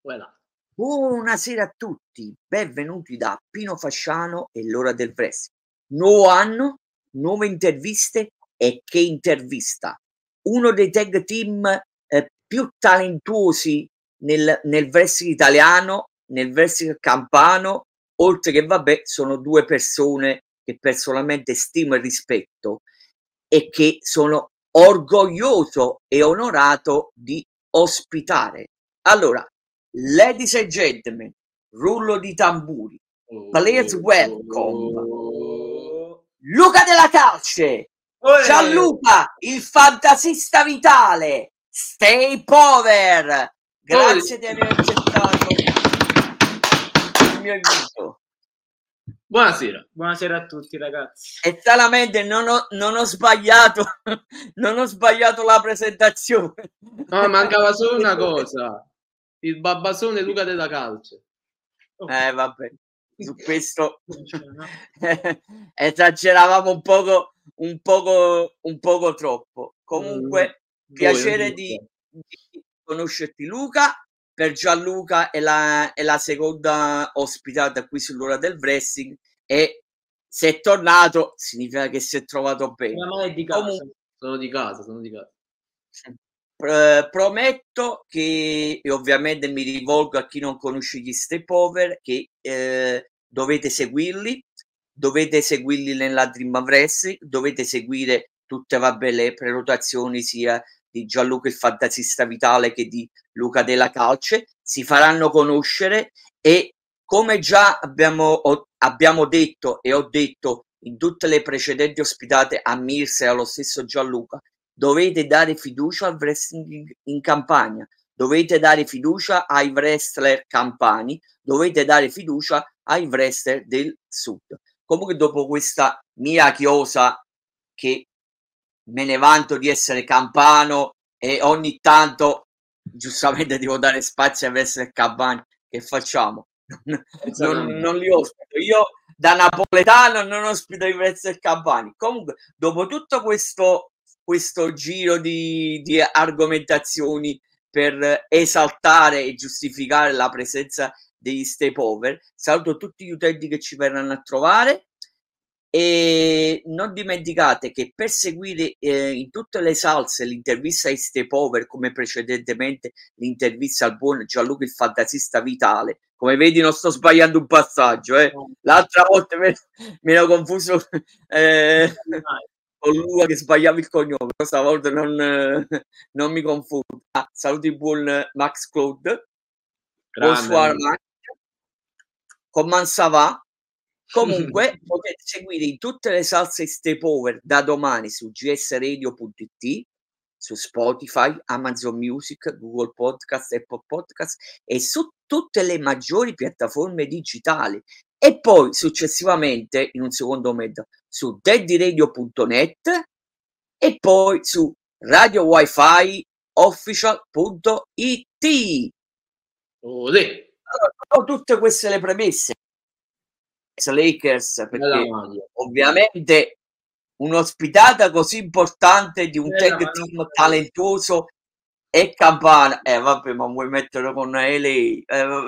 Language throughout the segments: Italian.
Voilà. Buonasera a tutti, benvenuti da Pino Fasciano e l'ora del wrestling. Nuovo anno, nuove interviste e che intervista! Uno dei tag team più talentuosi nel wrestling italiano, nel wrestling campano, oltre che vabbè, sono due persone che personalmente stimo e rispetto e che sono orgoglioso e onorato di ospitare. Allora, ladies and gentlemen, rullo di tamburi, please welcome Luca Della Calce, Gianluca, il fantasista vitale, Stay Power. Grazie di aver accettato il mio invito. Buonasera a tutti, ragazzi. E stranamente non ho sbagliato non ho sbagliato la presentazione. No, mancava solo una cosa, il babbasone Luca Della Calce. Vabbè, su questo esageravamo un poco troppo. Comunque, piacere di conoscerti, Luca. Per Gianluca è la seconda ospitata qui sull'ora del wrestling e se è tornato significa che si è trovato bene. Comunque, sono di casa. Prometto che, e ovviamente mi rivolgo a chi non conosce gli Step Over, che dovete seguirli nella Dream of Wrestling, dovete seguire tutte le prenotazioni sia di Gianluca il fantasista vitale che di Luca Della Calce, si faranno conoscere e come già abbiamo detto e ho detto in tutte le precedenti ospitate a Mirse e allo stesso Gianluca, dovete dare fiducia al wrestling in Campania, dovete dare fiducia ai wrestler campani, dovete dare fiducia ai wrestler del sud. Comunque dopo questa mia chiosa che me ne vanto di essere campano e ogni tanto giustamente devo dare spazio ai wrestler campani, che facciamo? Non li ospito. Io da napoletano non ospito i wrestler campani. Comunque dopo tutto questo giro di argomentazioni per esaltare e giustificare la presenza degli Stay Over, saluto tutti gli utenti che ci verranno a trovare e non dimenticate che per seguire in tutte le salse l'intervista ai Stay Over, come precedentemente l'intervista al buon Gianluca il fantasista vitale, come vedi non sto sbagliando un passaggio, l'altra volta me l'ho confuso con Luca che sbagliava il cognome, questa volta non mi confondo. Saluti il buon Max Claude, bonsoir Max, come ça va? Comunque potete seguire in tutte le salse Step Over da domani su gsradio.it, su Spotify, Amazon Music, Google Podcast, Apple Podcast e su tutte le maggiori piattaforme digitali e poi successivamente in un secondo momento su daddyradio.net e poi su radio wifi official.it. Allora, tutte queste le premesse Lakers, perché ovviamente un'ospitata così importante di un tag team talentuoso e campana, vabbè, ma vuoi metterlo con LA?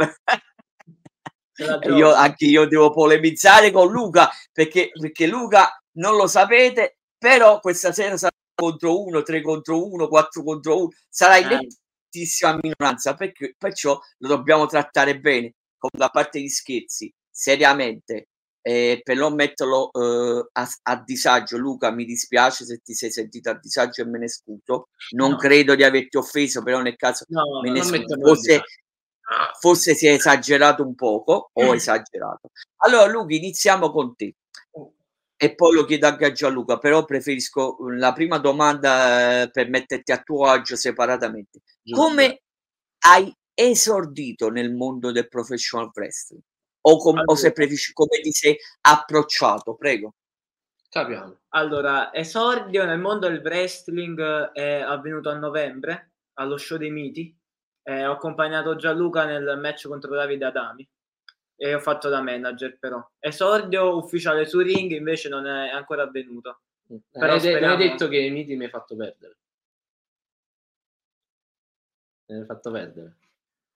Anche io devo polemizzare con Luca perché Luca non lo sapete, però questa sera sarà contro 1, 3 contro 1, 4 contro 1, sarà in nettissima minoranza, perciò lo dobbiamo trattare bene. Comunque, a parte gli scherzi, seriamente, per non metterlo a disagio, Luca, mi dispiace se ti sei sentito a disagio e me ne scuso, non credo di averti offeso, però nel caso me ne scuso, forse si è esagerato un poco, ho esagerato. Allora Luca, iniziamo con te e poi lo chiedo anche a Gianluca, però preferisco la prima domanda per metterti a tuo agio separatamente. Come hai esordito nel mondo del professional wrestling? O se preferisci come ti sei approcciato? Prego. Capiamo. Allora, esordio nel mondo del wrestling è avvenuto a novembre allo Show dei Miti. Ho accompagnato Gianluca nel match contro Davide Adami e ho fatto da manager, però esordio ufficiale su ring invece non è ancora avvenuto. Però hai detto che i Miti mi hai fatto perdere. Mi hai fatto perdere.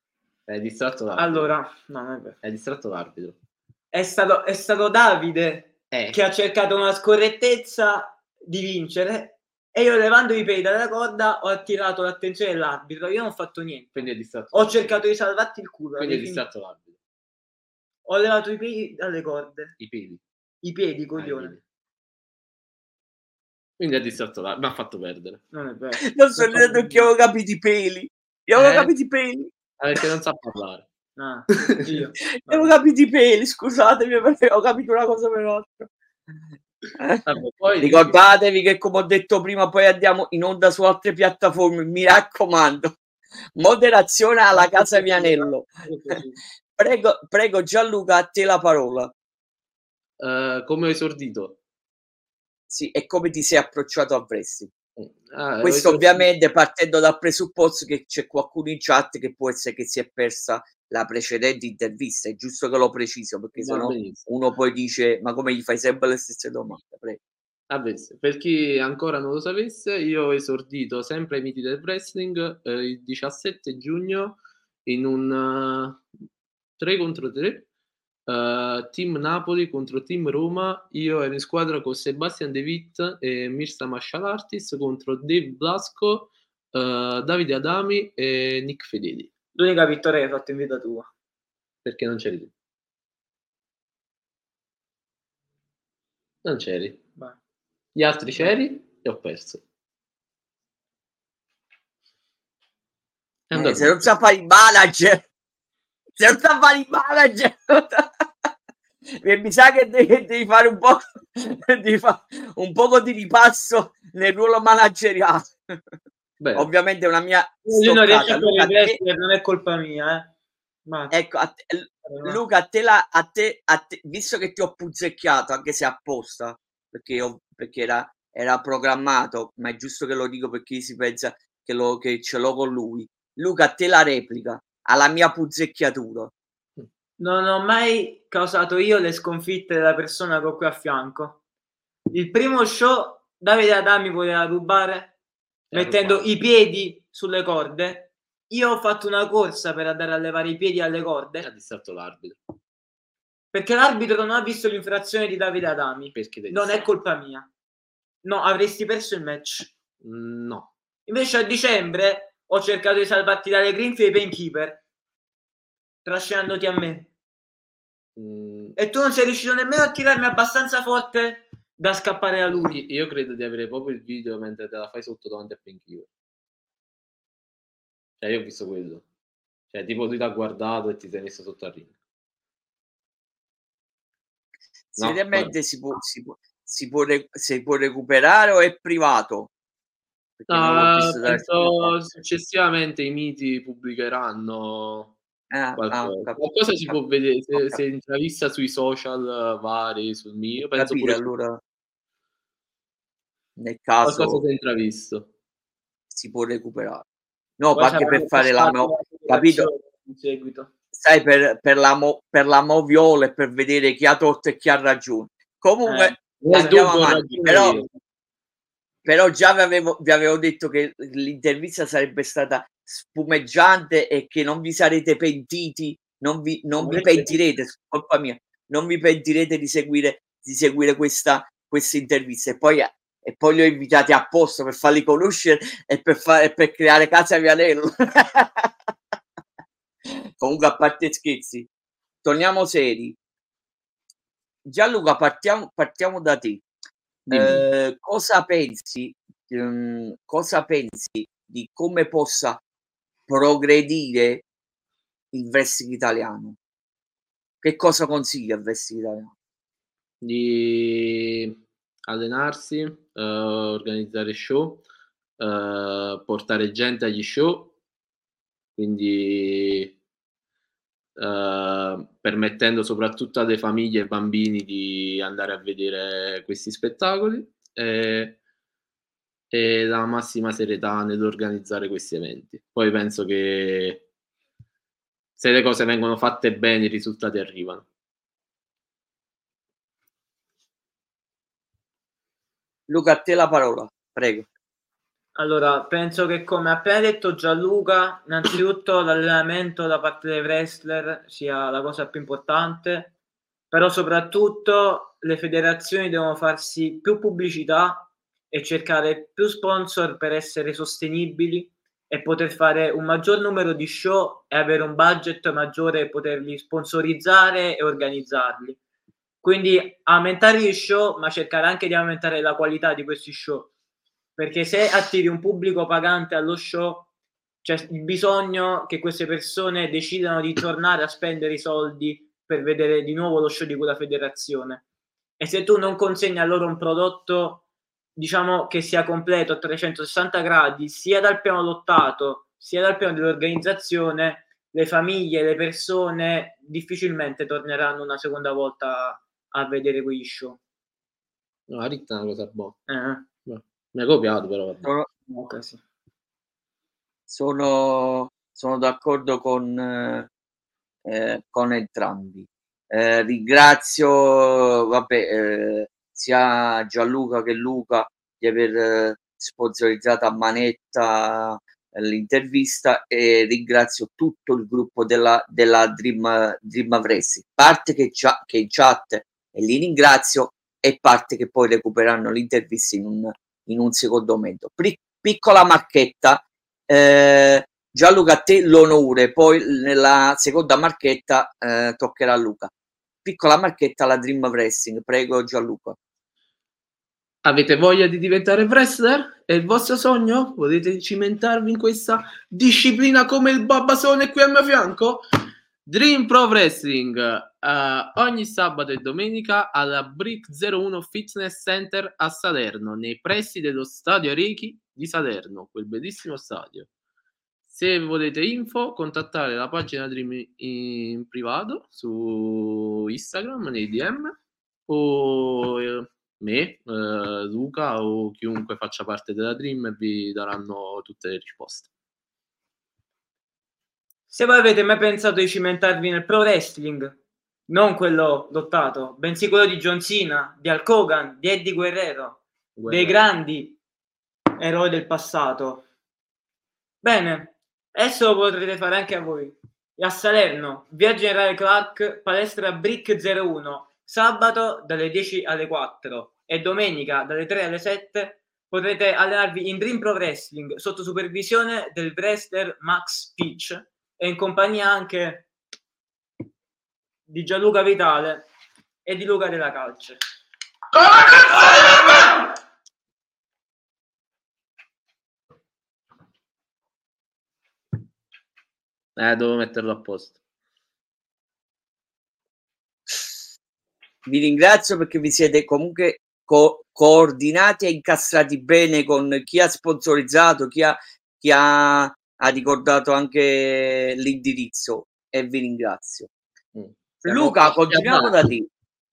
È distratto l'arbitro. Allora, no, non è vero. È distratto l'arbitro. È stato Davide che ha cercato una scorrettezza di vincere e io levando i piedi dalla corda ho attirato l'attenzione dell'arbitro. Io non ho fatto niente. Quindi è distratto Ho l'arbitro. cercato di salvarti il culo. Quindi è distratto l'arbitro. Ho levato i piedi dalle corde. I piedi. I piedi, coglione. piedi. Quindi è distratto l'arbitro. Mi ha fatto perdere. Non è vero. Non sto ridendo che avevo capito i peli. Io avevo capito i peli. Perché non sa parlare. Ah, io. Avevo capito i peli, scusatemi, perché ho capito una cosa per l'altra. Vabbè, poi ricordatevi che, come ho detto prima, poi andiamo in onda su altre piattaforme, mi raccomando, moderazione alla casa Vianello. Prego Gianluca, a te la parola. Come ho esordito? Sì, e come ti sei approcciato a wrestling? Questo ovviamente partendo dal presupposto che c'è qualcuno in chat che può essere che si è persa la precedente intervista, è giusto che lo preciso, perché sennò uno poi dice ma come gli fai sempre le stesse domande? Prego. Per chi ancora non lo sapesse, io ho esordito sempre ai Miti del Wrestling il 17 giugno in un 3 contro 3 Team Napoli contro Team Roma. Io ero in squadra con Sebastian De Witt e Mirza Martial Artist contro Dave Blasco, Davide Adami e Nick Fedeli. L'unica vittoria che hai fatto in vita tua. Perché non c'eri tu? Non c'eri. Vai. Gli altri c'eri e ho perso. Se non sa fare il manager, mi sa che devi fare un po' un poco di ripasso nel ruolo manageriale. Beh, ovviamente è una mia io non riesco a fare non è colpa mia, ecco, Luca, a te, visto che ti ho punzecchiato, anche se apposta, perché era programmato, ma è giusto che lo dico perché si pensa che ce l'ho con lui. Luca, a te la replica alla mia punzecchiatura. Non ho mai causato io le sconfitte della persona che ho qui a fianco. Il primo show Davide Adami voleva rubare mettendo i piedi sulle corde. Io ho fatto una corsa per andare a levare i piedi alle corde. Ha distratto l'arbitro. Perché l'arbitro non ha visto l'infrazione di Davide Adami. Non è colpa mia. No, avresti perso il match. No. Invece a dicembre ho cercato di salvarti dalle grinfie e i Painkeeper, trascinandoti a me. E tu non sei riuscito nemmeno a tirarmi abbastanza forte da scappare da lui. Io credo di avere proprio il video mentre te la fai sotto davanti a Painkeeper. Cioè io ho visto quello. Cioè tipo lui t'ha guardato e ti sei messo sotto al ring. Seriamente si può recuperare o è privato? Penso successivamente i Miti pubblicheranno qualcosa si può vedere se intravista sui social vari, sul mio, penso pure allora nel caso qualcosa si è intravisto, si può recuperare. No, anche per fare capito? In seguito. Sai, per la moviola e per vedere chi ha torto e chi ha ragione. Comunque andiamo avanti, però già vi avevo detto che l'intervista sarebbe stata spumeggiante e che non vi sarete pentiti, non vi pentirete, colpa mia, non vi pentirete di seguire questa intervista e poi li ho invitati apposta per farli conoscere e per creare Casa Vianello. Comunque, a parte scherzi, torniamo seri. Gianluca, partiamo da te. Cosa pensi di come possa progredire il wrestling italiano? Che cosa consiglia il wrestling italiano? Di allenarsi, organizzare show, portare gente agli show, quindi permettendo soprattutto alle famiglie e ai bambini di andare a vedere questi spettacoli e la massima serietà nell'organizzare questi eventi. Poi penso che se le cose vengono fatte bene i risultati arrivano. Luca, a te la parola, prego. Allora, penso che come ha appena detto Gianluca, innanzitutto l'allenamento da parte dei wrestler sia la cosa più importante, però soprattutto le federazioni devono farsi più pubblicità e cercare più sponsor per essere sostenibili e poter fare un maggior numero di show e avere un budget maggiore e poterli sponsorizzare e organizzarli. Quindi aumentare gli show, ma cercare anche di aumentare la qualità di questi show. Perché se attiri un pubblico pagante allo show, c'è il bisogno che queste persone decidano di tornare a spendere i soldi per vedere di nuovo lo show di quella federazione. E se tu non consegni a loro un prodotto, diciamo, che sia completo a 360 gradi, sia dal piano lottato, sia dal piano dell'organizzazione, le famiglie, le persone difficilmente torneranno una seconda volta a vedere quegli show. No, la Ritta è una cosa buona. Eh. Mi ha copiato, però vabbè. Okay, sì. Sono d'accordo con entrambi. Ringrazio sia Gianluca che Luca di aver sponsorizzato a manetta l'intervista, e ringrazio tutto il gruppo della Dream Wrestling, parte che in chat, e li ringrazio, e parte che poi recupereranno l'intervista in un secondo momento. Piccola marchetta, Gianluca, a te l'onore, poi nella seconda marchetta toccherà a Luca. Piccola marchetta alla Dream Wrestling, prego Gianluca. Avete voglia di diventare wrestler? È il vostro sogno? Volete cimentarvi in questa disciplina come il Babbasone qui al mio fianco? Dream Pro Wrestling ogni sabato e domenica alla Brick 01 Fitness Center a Salerno, nei pressi dello stadio Arechi di Salerno, quel bellissimo stadio. Se volete info, contattare la pagina Dream in privato su Instagram nei DM, o me, Luca, o chiunque faccia parte della Dream, e vi daranno tutte le risposte. Se voi avete mai pensato di cimentarvi nel pro wrestling, non quello lottato, bensì quello di John Cena, di Hulk Hogan, di Eddie Guerrero, dei grandi eroi del passato, bene, adesso lo potrete fare anche a voi. A Salerno, via Generale Clark, palestra Brick 01, sabato dalle 10 alle 4 e domenica dalle 3 alle 7 potrete allenarvi in Dream Pro Wrestling sotto supervisione del wrestler Max Peach e in compagnia anche di Gianluca Vitale e di Luca della Calce. Devo metterlo a posto. Vi ringrazio perché vi siete comunque coordinati e incastrati bene con chi ha sponsorizzato, chi ha ricordato anche l'indirizzo, e vi ringrazio. Luca, continuiamo da te.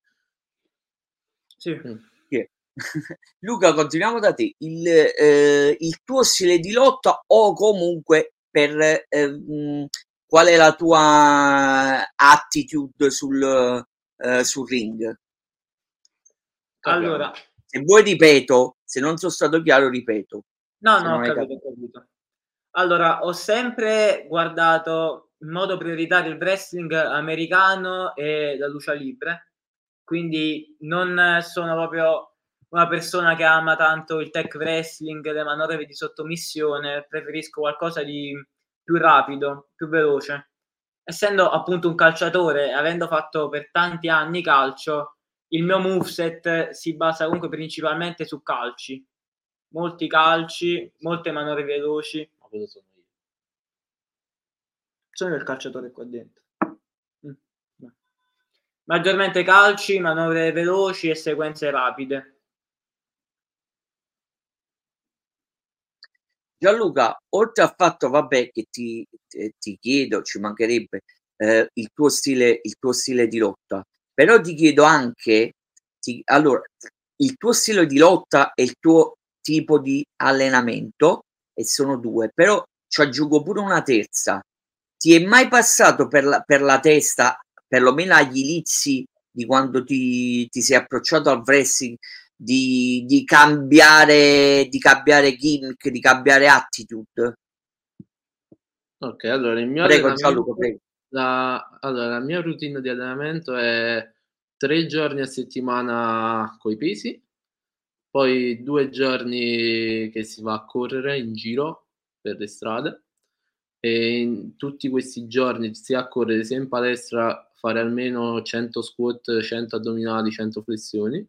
Sì. Luca, continuiamo da te. Il tuo stile di lotta, o comunque per qual è la tua attitude sul ring? Allora, se vuoi ripeto, se non sono stato chiaro ripeto. No, ho capito. Allora, ho sempre guardato in modo prioritario il wrestling americano e la lucha libre, quindi non sono proprio una persona che ama tanto il tech wrestling, le manovre di sottomissione, preferisco qualcosa di più rapido, più veloce. Essendo appunto un calciatore, avendo fatto per tanti anni calcio, il mio moveset si basa comunque principalmente su calci. Molti calci, molte manovre veloci. Ma quello sono io. Sono il calciatore qua dentro. Maggiormente calci, manovre veloci e sequenze rapide. Gianluca, oltre al fatto, vabbè, che ti chiedo, ci mancherebbe, il tuo stile di lotta, però ti chiedo anche, allora, il tuo stile di lotta e il tuo tipo di allenamento, e sono due, però ci aggiungo pure una terza. Ti è mai passato per la testa, perlomeno agli inizi di quando ti sei approcciato al wrestling, di cambiare gimmick, di cambiare attitude? Ok, allora il mio Prego allenamento, Gianluca, prego. allora, la mia routine di allenamento è 3 giorni a settimana coi pesi, poi 2 giorni che si va a correre in giro per le strade, e in tutti questi giorni, sia a correre sia in palestra, fare almeno 100 squat, 100 addominali, 100 flessioni.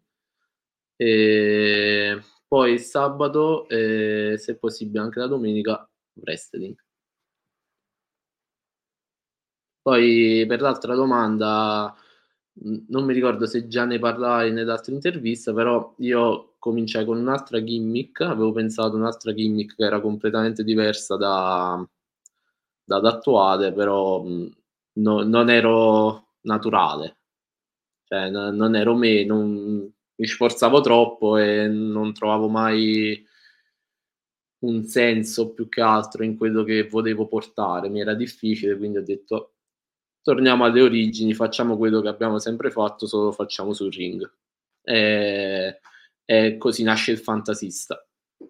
E poi il sabato, se possibile anche la domenica, wrestling. Poi per l'altra domanda, non mi ricordo se già ne parlai nell'altra intervista, però io cominciai con un'altra gimmick, avevo pensato un'altra gimmick che era completamente diversa dall'attuale, però non ero naturale, cioè non ero me, mi sforzavo troppo e non trovavo mai un senso più che altro in quello che volevo portare, mi era difficile, quindi ho detto torniamo alle origini, facciamo quello che abbiamo sempre fatto, solo lo facciamo sul ring. E così nasce il fantasista.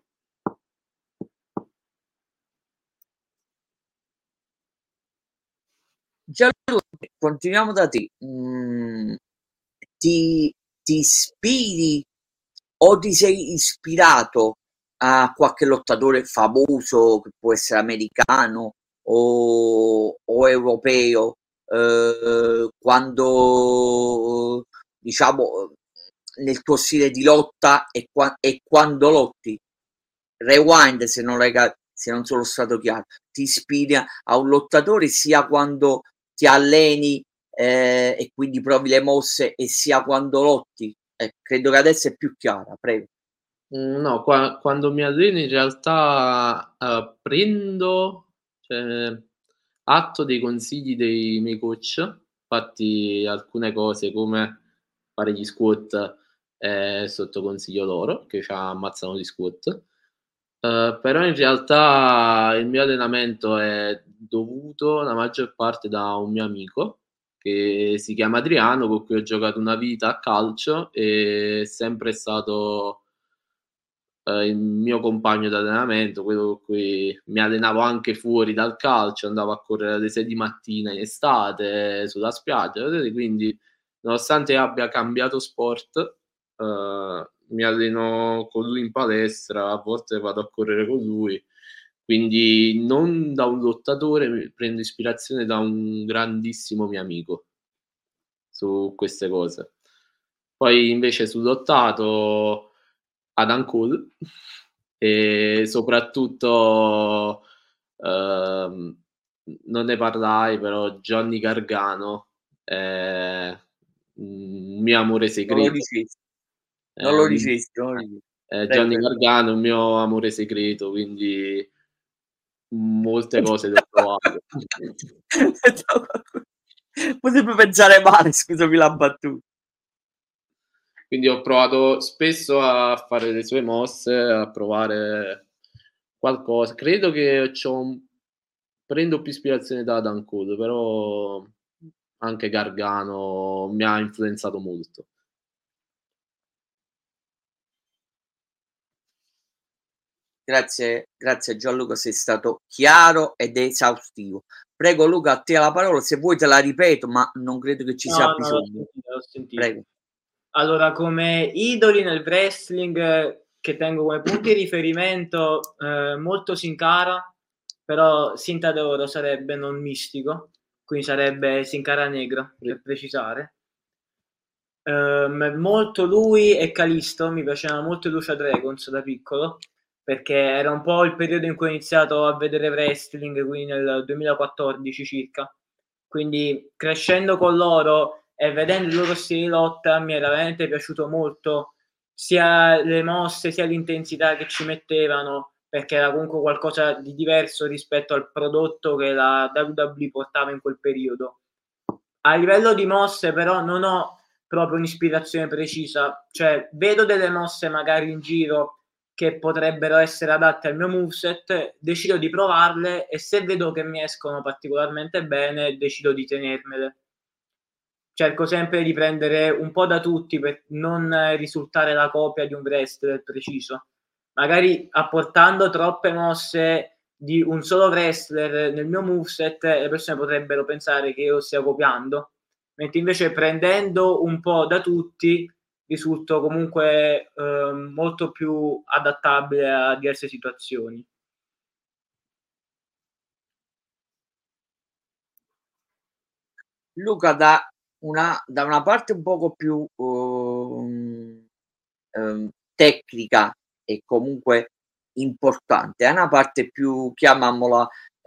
Gianluca, continuiamo da te. Ti ispiri o ti sei ispirato a qualche lottatore famoso, che può essere americano o europeo, quando, diciamo, nel tuo stile di lotta e quando lotti? Rewind, se non sono stato chiaro. Ti ispiri a un lottatore sia quando ti alleni e quindi provi le mosse, e sia quando lotti? Credo che adesso è più chiara, prego. No, quando mi alleno in realtà prendo, cioè, atto dei consigli dei miei coach, infatti alcune cose come fare gli squat è sotto consiglio loro, che ci ammazzano di squat. Però in realtà il mio allenamento è dovuto la maggior parte da un mio amico che si chiama Adriano, con cui ho giocato una vita a calcio e è sempre stato il mio compagno d'allenamento, quello con cui mi allenavo anche fuori dal calcio, andavo a correre alle 6 di mattina in estate sulla spiaggia, quindi nonostante abbia cambiato sport, mi alleno con lui in palestra, a volte vado a correre con lui, quindi non da un lottatore, prendo ispirazione da un grandissimo mio amico su queste cose. Poi invece sul lottato Adam Cole e soprattutto non ne parlai, però Johnny Gargano è un mio amore segreto. Non lo dicesti. Johnny Gargano è un mio amore segreto, quindi molte cose le ho provate. Potrebbe pensare male, scusami la battuta. Quindi ho provato spesso a fare le sue mosse, a provare qualcosa. Credo che prendo più ispirazione da Adam Cole, però anche Gargano mi ha influenzato molto. Grazie Gianluca, sei stato chiaro ed esaustivo. Prego Luca, a te la parola, se vuoi te la ripeto, ma non credo che ci sia bisogno. L'ho sentito. Prego. Allora, come idoli nel wrestling che tengo come punti di riferimento, molto Sin Cara, però Cinta d'Oro sarebbe non mistico, quindi sarebbe Sin Cara Negra, per precisare. Molto lui e Kalisto, mi piaceva molto Lucha Dragons da piccolo, perché era un po' il periodo in cui ho iniziato a vedere wrestling, quindi nel 2014 circa. Quindi crescendo con loro e vedendo il loro stile di lotta mi era veramente piaciuto molto, sia le mosse sia l'intensità che ci mettevano, perché era comunque qualcosa di diverso rispetto al prodotto che la WWE portava in quel periodo. A livello di mosse però non ho proprio un'ispirazione precisa, cioè vedo delle mosse magari in giro che potrebbero essere adatte al mio moveset, decido di provarle e se vedo che mi escono particolarmente bene decido di tenermele. cerco sempre di prendere un po' da tutti per non risultare la copia di un wrestler preciso. Magari apportando troppe mosse di un solo wrestler nel mio moveset, le persone potrebbero pensare che io stia copiando, mentre invece prendendo un po' da tutti risulto comunque molto più adattabile a diverse situazioni. Luca, da una parte un poco più tecnica e comunque importante, a una parte più, chiamiamola,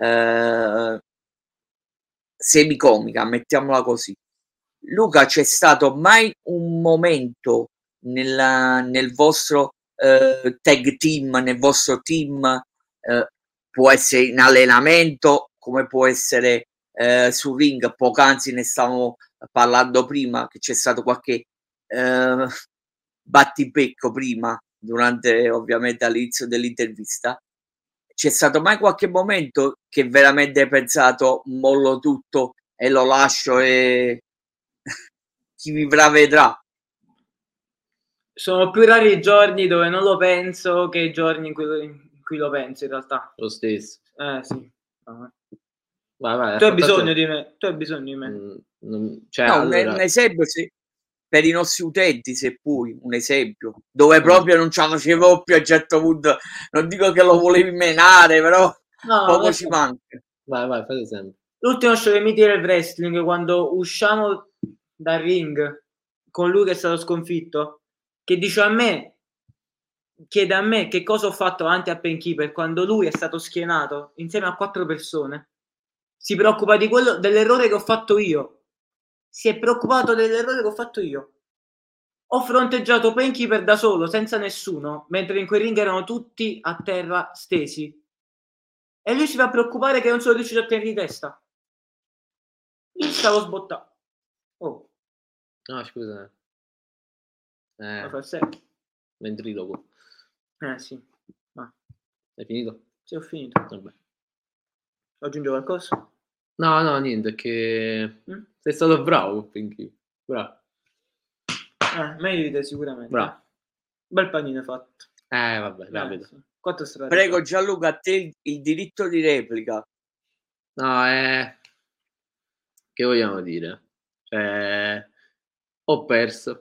semicomica, mettiamola così. Luca, c'è stato mai un momento nel vostro tag team, nel vostro team, può essere in allenamento, come può essere sul ring, poc'anzi ne stavamo parlando prima, che c'è stato qualche battibecco prima, durante ovviamente all'inizio dell'intervista. C'è stato mai qualche momento che veramente hai pensato mollo tutto e lo lascio e chi vivrà vedrà? Sono più rari i giorni dove non lo penso che i giorni in cui lo penso in realtà. Lo stesso. Sì. Vai, Tu hai bisogno di me. Tu hai bisogno di me. Cioè, No, allora, un esempio per i nostri utenti, se puoi, un esempio, dove proprio non ce la facevo più a un certo punto, non dico che lo volevi menare, però poco ci manca. Vai, fai esempio. L'ultimo show dei miti del wrestling, quando usciamo dal ring con lui che è stato sconfitto, che dice a me, chiede a me che cosa ho fatto avanti a Penkeeper quando lui è stato schienato insieme a 4 persone. Si preoccupa di quello, dell'errore che ho fatto io. Si è preoccupato dell'errore che ho fatto io. Ho fronteggiato Penkeeper da solo, senza nessuno, mentre in quel ring erano tutti a terra stesi. E lui si va a preoccupare che non sono riuscito a tenere di testa. Io stavo sbottando. Oh. No, scusa. Lo fa sempre. Ventriloquo. Sì. Ma. Hai finito? Sì, ho finito. Vabbè. Aggiungo qualcosa? No, niente, che sei stato bravo, Pinky. Bravo. Meglio di te sicuramente. Bravo. Bel panino fatto. Vabbè, la vedo. Sì. 4 strade. Prego Gianluca, a te il diritto di replica. No, che vogliamo dire? Cioè, ho perso.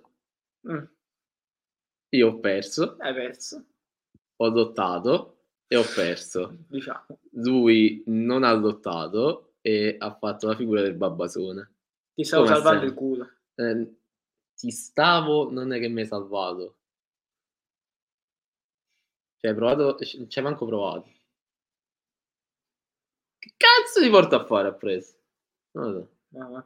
Io ho perso. Hai perso. Ho lottato e ho perso. Diciamo. Lui non ha lottato e ha fatto la figura del babbasone. Ti stavo salvando il culo. Ti stavo, non è che mi hai salvato. Cioè, hai provato, ci hai manco provato. Che cazzo ti porta a fare appresso? Non lo so.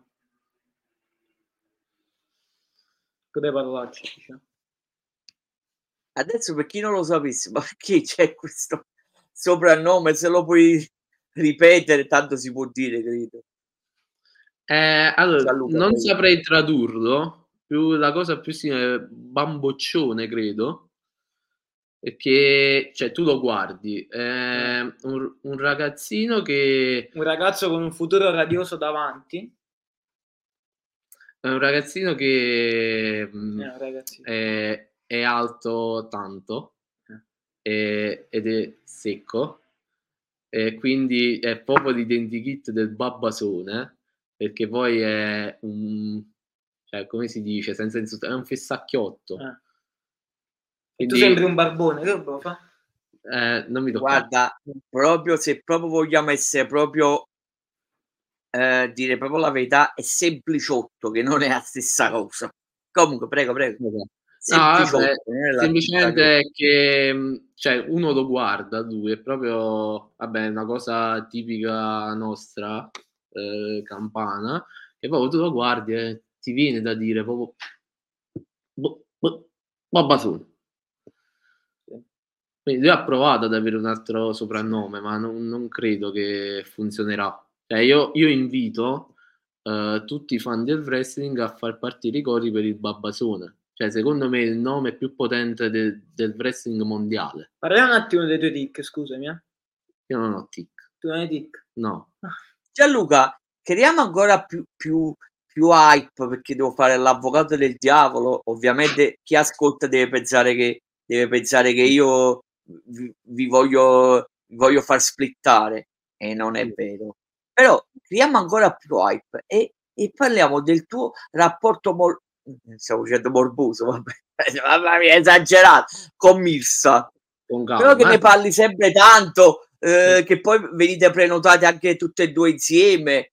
Che parlarci, diciamo. Adesso per chi non lo sapesse, ma perché c'è questo soprannome? Se lo puoi ripetere, tanto si può dire, credo. Allora, Gianluca, non saprei tradurlo, la cosa più simile è bamboccione, credo, perché cioè, tu lo guardi, un ragazzino che... Un ragazzo con un futuro radioso davanti. È un ragazzino che è alto tanto ed è secco, e quindi è proprio l'identikit del babbasone, perché poi è un, cioè, come si dice, senza insultare, è un fessacchiotto. Quindi, e tu sembri un barbone, che lo fa? Non mi tocca. Guarda, proprio se proprio vogliamo essere proprio dire proprio la verità, è sempliciotto, che non è la stessa cosa. Comunque, prego. Sempliciotto, semplicemente è che cioè, uno lo guarda, lui è proprio, vabbè, una cosa tipica nostra, campana, che proprio tu lo guardi e ti viene da dire proprio babbasone. Quindi lui ha provato ad avere un altro soprannome, ma non credo che funzionerà. Cioè, io invito tutti i fan del wrestling a far partire i cori per il babbasone. Cioè, secondo me il nome più potente del wrestling mondiale. Parliamo un attimo dei tuoi tic, scusami. Io non ho tic. Tu non hai tic? No. Gianluca, creiamo ancora più più hype, perché devo fare l'avvocato del diavolo. Ovviamente chi ascolta deve pensare che io vi voglio far splittare, e non è vero. Però creiamo ancora più hype e parliamo del tuo rapporto stavo dicendo morboso, vabbè, mamma mia, esagerato, con Mirsa. Con Però che calma, ne parli sempre tanto, che poi venite prenotati anche tutte e due insieme.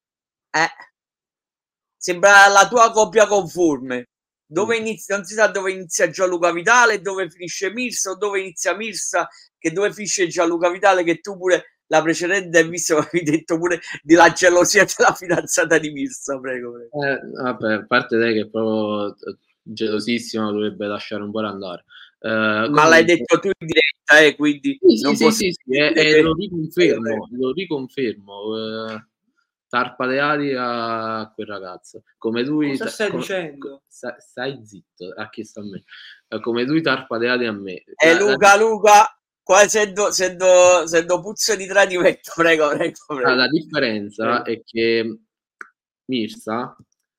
Sembra la tua coppia conforme. Dove inizia, non si sa dove inizia Gianluca Vitale, dove finisce Mirsa, o dove inizia Mirsa, che dove finisce Gianluca Vitale, che tu pure la precedente hai visto, avevi detto pure della gelosia della fidanzata di Mirsa, prego. Vabbè, a parte lei che è proprio gelosissima, dovrebbe lasciare un po' andare. Ma Comunque, l'hai detto tu in diretta, quindi non posso e lo riconfermo. Tarpa le ali a quel ragazzo. Come lui, cosa stai dicendo? Stai zitto, ha chiesto a me. Come lui tarpa le ali a me. Luca, qua sento puzza di tradimento, prego. La differenza è che Mirsa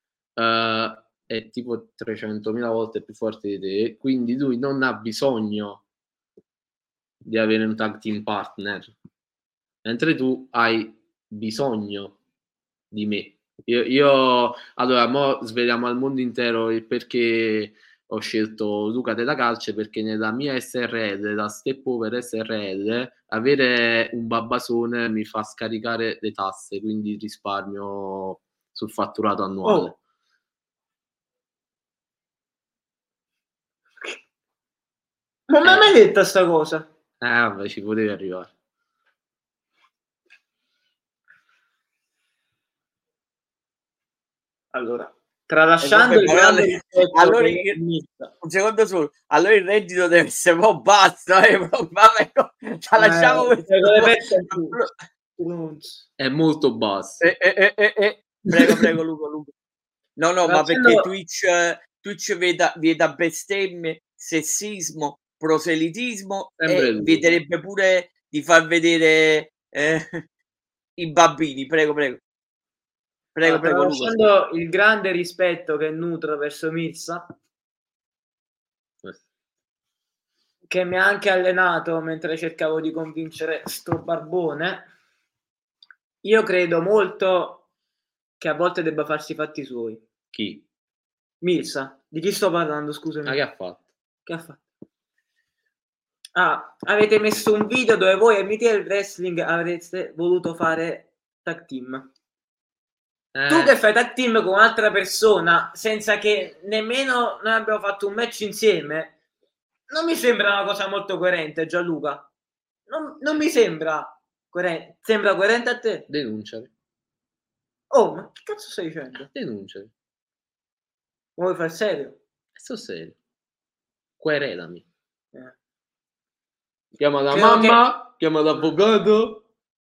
è tipo 300.000 volte più forte di te, quindi lui non ha bisogno di avere un tag team partner, mentre tu hai bisogno di me. Io allora mo sveliamo al mondo intero il perché ho scelto Luca della Calce, perché nella mia SRL, la Step Over SRL, avere un babbasone mi fa scaricare le tasse, quindi risparmio sul fatturato annuale. Oh. Non mi hai mai detto sta cosa? Vabbè, ci potevi arrivare. Allora, tralasciando il grande rispetto allora un secondo solo, allora il reddito deve essere un po' basso, vabbè, lasciamo questo. È molto basso. Prego Luca. No, ma perché Twitch vieta bestemmie, sessismo, proselitismo, e vieterebbe pure di far vedere i bambini. Prego tralasciando il grande rispetto che nutro verso Mirsa, che mi ha anche allenato mentre cercavo di convincere sto barbone, io credo molto che a volte debba farsi i fatti suoi. Chi? Mirsa. Di chi sto parlando, scusami? Che ha fatto? Che ha fatto? Avete messo un video dove voi amici del wrestling avreste voluto fare tag team. Tu che fai tag team con un'altra persona senza che nemmeno noi abbiamo fatto un match insieme, non mi sembra una cosa molto coerente, Gianluca. Non mi sembra coerente. Sembra coerente a te? Denunciali. Oh, ma che cazzo stai dicendo? Denunciali. Vuoi far serio? Sto serio. Querelami. Chiama la Credo mamma, chiama l'avvocato.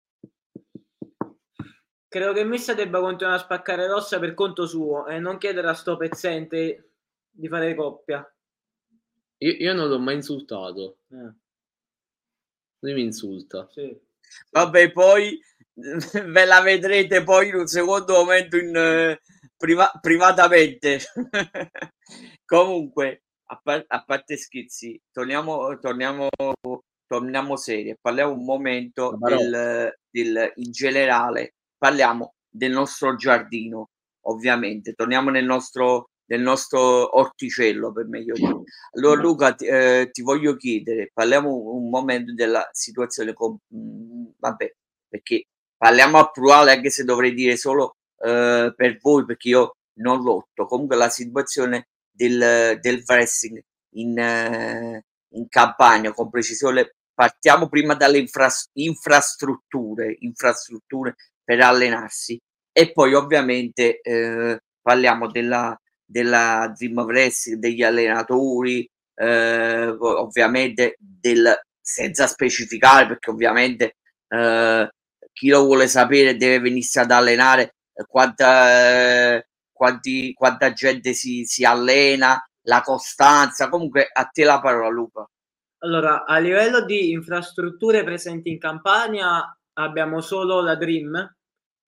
Credo che Missa debba continuare a spaccare l'ossa per conto suo e non chiedere a sto pezzente di fare coppia. Io non l'ho mai insultato. Lui mi insulta. Sì. Vabbè, poi ve la vedrete poi in un secondo momento privatamente. Comunque, a parte scherzi, torniamo serie, parliamo un momento in generale, parliamo del nostro giardino, ovviamente, torniamo nel nostro orticello, per meglio dire. Allora Luca, ti voglio chiedere, parliamo un momento della situazione vabbè, perché parliamo a plurale, anche se dovrei dire solo per voi, perché io non lotto. Comunque la situazione del wrestling in Campania, con precisione, partiamo prima dalle infrastrutture per allenarsi, e poi ovviamente parliamo della Dream Wrestling, degli allenatori, ovviamente senza specificare, perché ovviamente chi lo vuole sapere deve venirsi ad allenare, quanta gente si allena, la costanza. Comunque a te la parola, Luca. Allora, a livello di infrastrutture presenti in Campania abbiamo solo la Dream,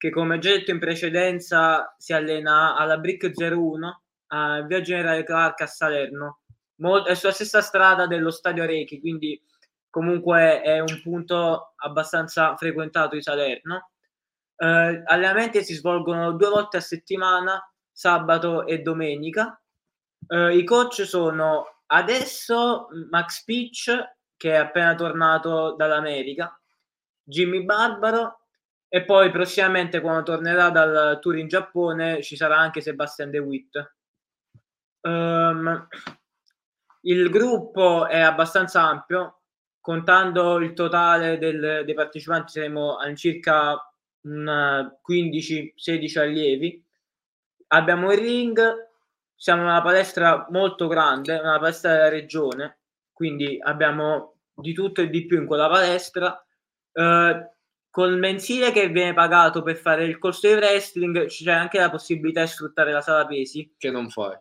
che come già detto in precedenza si allena alla Brick 01 a via Generale Clark a Salerno, è sulla stessa strada dello Stadio Rechi, quindi comunque è un punto abbastanza frequentato di Salerno. Allenamenti si svolgono 2 volte a settimana, sabato e domenica. I coach sono adesso Max Pitch, che è appena tornato dall'America, Jimmy Barbaro, e poi prossimamente, quando tornerà dal tour in Giappone, ci sarà anche Sebastian De Witt. Il gruppo è abbastanza ampio, contando il totale dei partecipanti saremo all'incirca 15-16 allievi. Abbiamo il ring, siamo in una palestra molto grande, una palestra della regione, quindi abbiamo di tutto e di più in quella palestra. Col mensile che viene pagato per fare il corso di wrestling c'è anche la possibilità di sfruttare la sala pesi. Che non fai?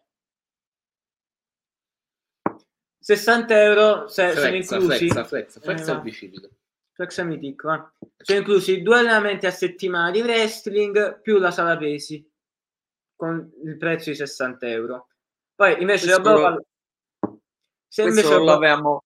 60 euro sono inclusi. Flexa il bicipite. Flexa mitico. Sono inclusi 2 allenamenti a settimana di wrestling più la sala pesi, con il prezzo di 60 euro. Poi invece se invece non l'avevamo...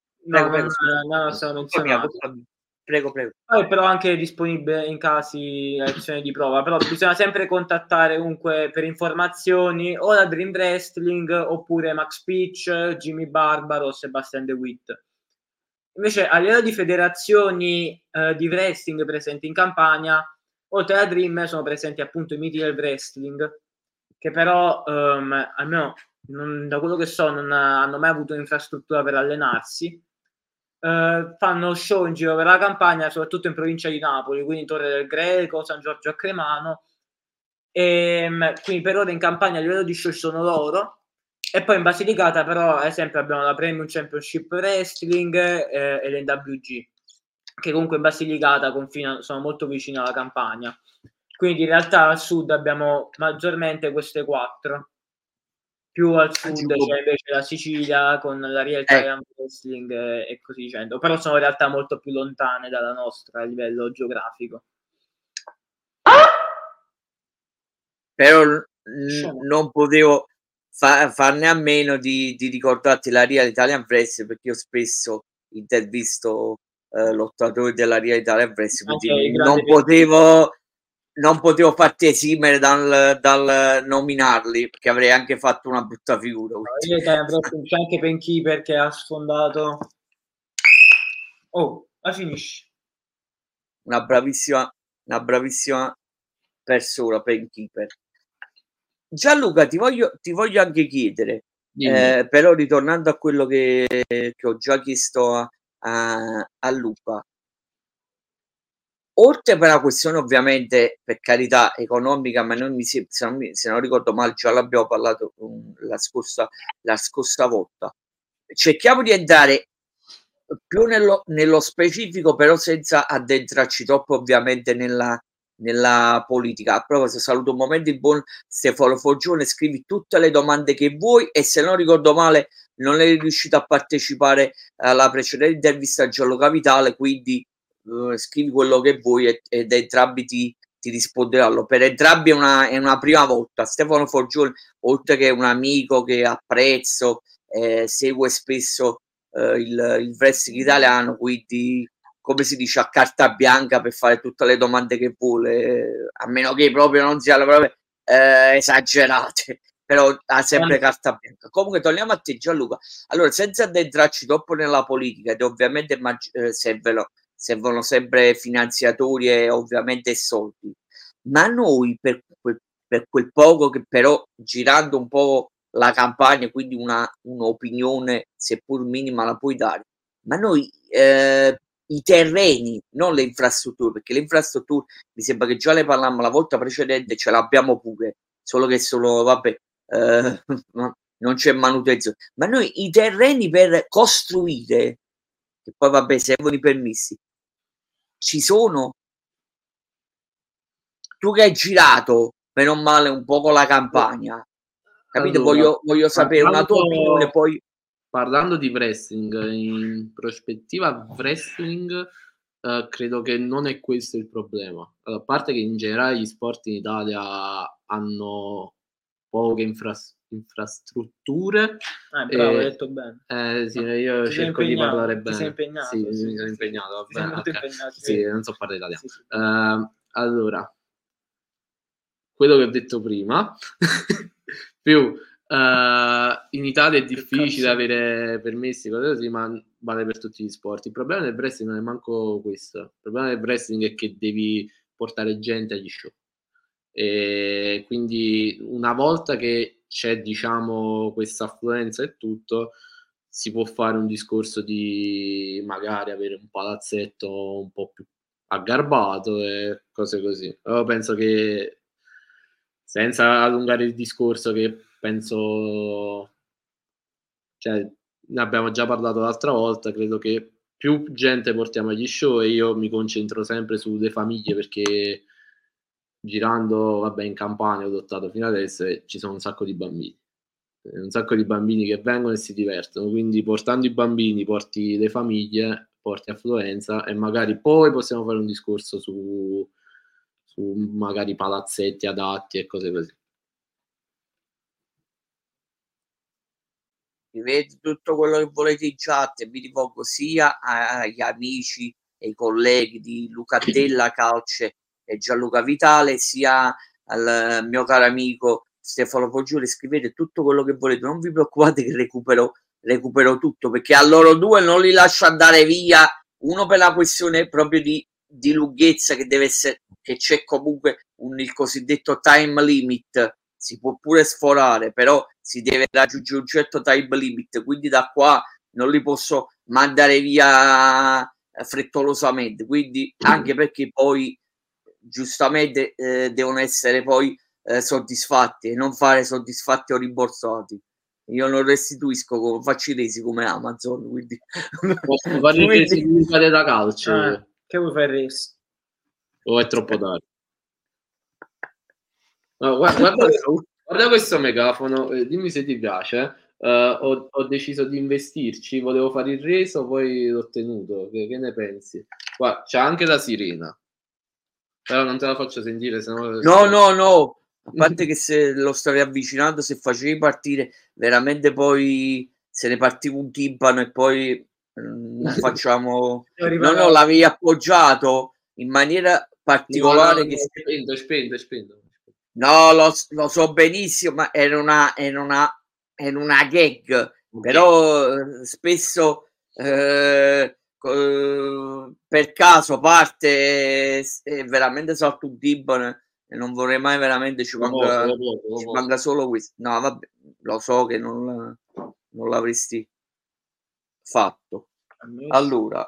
Prego. Poi però anche disponibile in casi lezioni di prova, però bisogna sempre contattare comunque per informazioni o la Dream Wrestling oppure Max Pitch, Jimmy Barbaro o Sebastian De Witt. Invece a livello di federazioni di wrestling presenti in Campania, oltre alla Dream sono presenti appunto i miti del wrestling, che però almeno da quello che so non hanno mai avuto un'infrastruttura per allenarsi. Fanno show in giro per la Campania, soprattutto in provincia di Napoli, quindi Torre del Greco, San Giorgio a Cremano, e quindi per ora in Campania a livello di show sono loro. E poi in Basilicata però ad esempio abbiamo la Premium Championship Wrestling e l'NWG, che comunque in Basilicata sono molto vicini alla Campania, quindi in realtà al sud abbiamo maggiormente queste 4. Più al sud c'è invece la Sicilia con la Real Italian Wrestling e così dicendo, però sono in realtà molto più lontane dalla nostra a livello geografico. Però non potevo farne a meno di ricordarti la Real Italian Wrestling, perché io spesso intervisto lottatori della Real Italian Wrestling, quindi non potevo farti esimere dal nominarli, perché avrei anche fatto una brutta figura. C'è anche Penkeeper che ha sfondato. La finisci. Una bravissima persona, Penkeeper. Gianluca, ti voglio anche chiedere, però ritornando a quello che ho già chiesto a Luca, oltre per la questione ovviamente, per carità, economica, ma se non ricordo male già l'abbiamo parlato la scorsa volta, cerchiamo di andare più nello specifico, però senza addentrarci troppo ovviamente nella politica. A proposito, saluto un momento il buon Stefano Foggione, scrivi tutte le domande che vuoi, e se non ricordo male non eri riuscito a partecipare alla precedente intervista a Gianluca Capitale, quindi scrivi quello che vuoi ed entrambi ti risponderanno. Per entrambi è una prima volta. Stefano Foggione, oltre che un amico che apprezzo, segue spesso il wrestling italiano, quindi come si dice, a carta bianca per fare tutte le domande che vuole, a meno che proprio non siano proprio esagerate, però ha sempre carta bianca. Comunque torniamo a te, Gianluca. Allora, senza addentrarci troppo nella politica, ed ovviamente servono sempre finanziatori e ovviamente soldi, ma noi per quel poco che però, girando un po' la campagna, quindi un'opinione seppur minima la puoi dare, ma noi i terreni, non le infrastrutture, perché le infrastrutture mi sembra che già ne parlammo la volta precedente, ce l'abbiamo pure, solo che non c'è manutenzione, ma noi i terreni per costruire, che poi servono i permessi, ci sono. Tu che hai girato meno male un po' con la campagna, capito? Allora, voglio sapere una tua opinione. Poi parlando di wrestling, in prospettiva wrestling credo che non è questo il problema. Allora, a parte che in generale gli sport in Italia hanno poche infrastrutture. Bravo, hai detto bene. Sì, io cerco di parlare bene. Ti sei impegnato. Sì, mi sono impegnato. Va bene, molto okay. impegnato. Sì, non so parlare italiano. Sì. Allora, quello che ho detto prima, più in Italia è difficile avere permessi, cose così, ma vale per tutti gli sport. Il problema del wrestling non è manco questo. Il problema del wrestling è che devi portare gente agli show. E quindi una volta che c'è, diciamo, questa affluenza e tutto, si può fare un discorso di magari avere un palazzetto un po' più aggarbato e cose così. Però penso che, senza allungare il discorso, che penso, cioè, ne abbiamo già parlato l'altra volta, credo che più gente portiamo agli show, e io mi concentro sempre sulle famiglie, perché girando, vabbè, in Campania ho lottato fino adesso e ci sono un sacco di bambini che vengono e si divertono, quindi portando i bambini porti le famiglie, porti affluenza, e magari poi possiamo fare un discorso su magari palazzetti adatti e cose così. Scrivete tutto quello che volete in chat e vi rivolgo sia agli amici e ai colleghi di Lucatella Calce e Gianluca Vitale, sia al mio caro amico Stefano Poggioli. Scrivete tutto quello che volete, non vi preoccupate che recupero tutto, perché a loro due non li lascio andare via, uno per la questione proprio di lunghezza, che deve essere, che c'è comunque il cosiddetto time limit. Si può pure sforare, però si deve raggiungere un certo time limit, quindi da qua non li posso mandare via frettolosamente, quindi anche perché poi giustamente devono essere poi soddisfatti, e non fare soddisfatti o rimborsati. Io non restituisco, faccio i resi come Amazon, quindi posso fare il resi da calcio. Che vuoi fare il resi? O è troppo tardi? No, guarda questo megafono, dimmi se ti piace. Ho deciso di investirci, volevo fare il reso, poi l'ho tenuto. Che ne pensi? Qua c'è anche la sirena, però non te la faccio sentire, sennò... No. A parte che se lo stavi avvicinando, se facevi partire veramente, poi se ne partiva un timpano e poi non facciamo... No, l'avevi appoggiato in maniera particolare. No, che spento. No, lo so benissimo, ma era una gag, okay. Però spesso per caso parte e veramente salta un timpano, e non vorrei mai veramente ci manca solo questo. No, vabbè, lo so che non l'avresti fatto. Allora,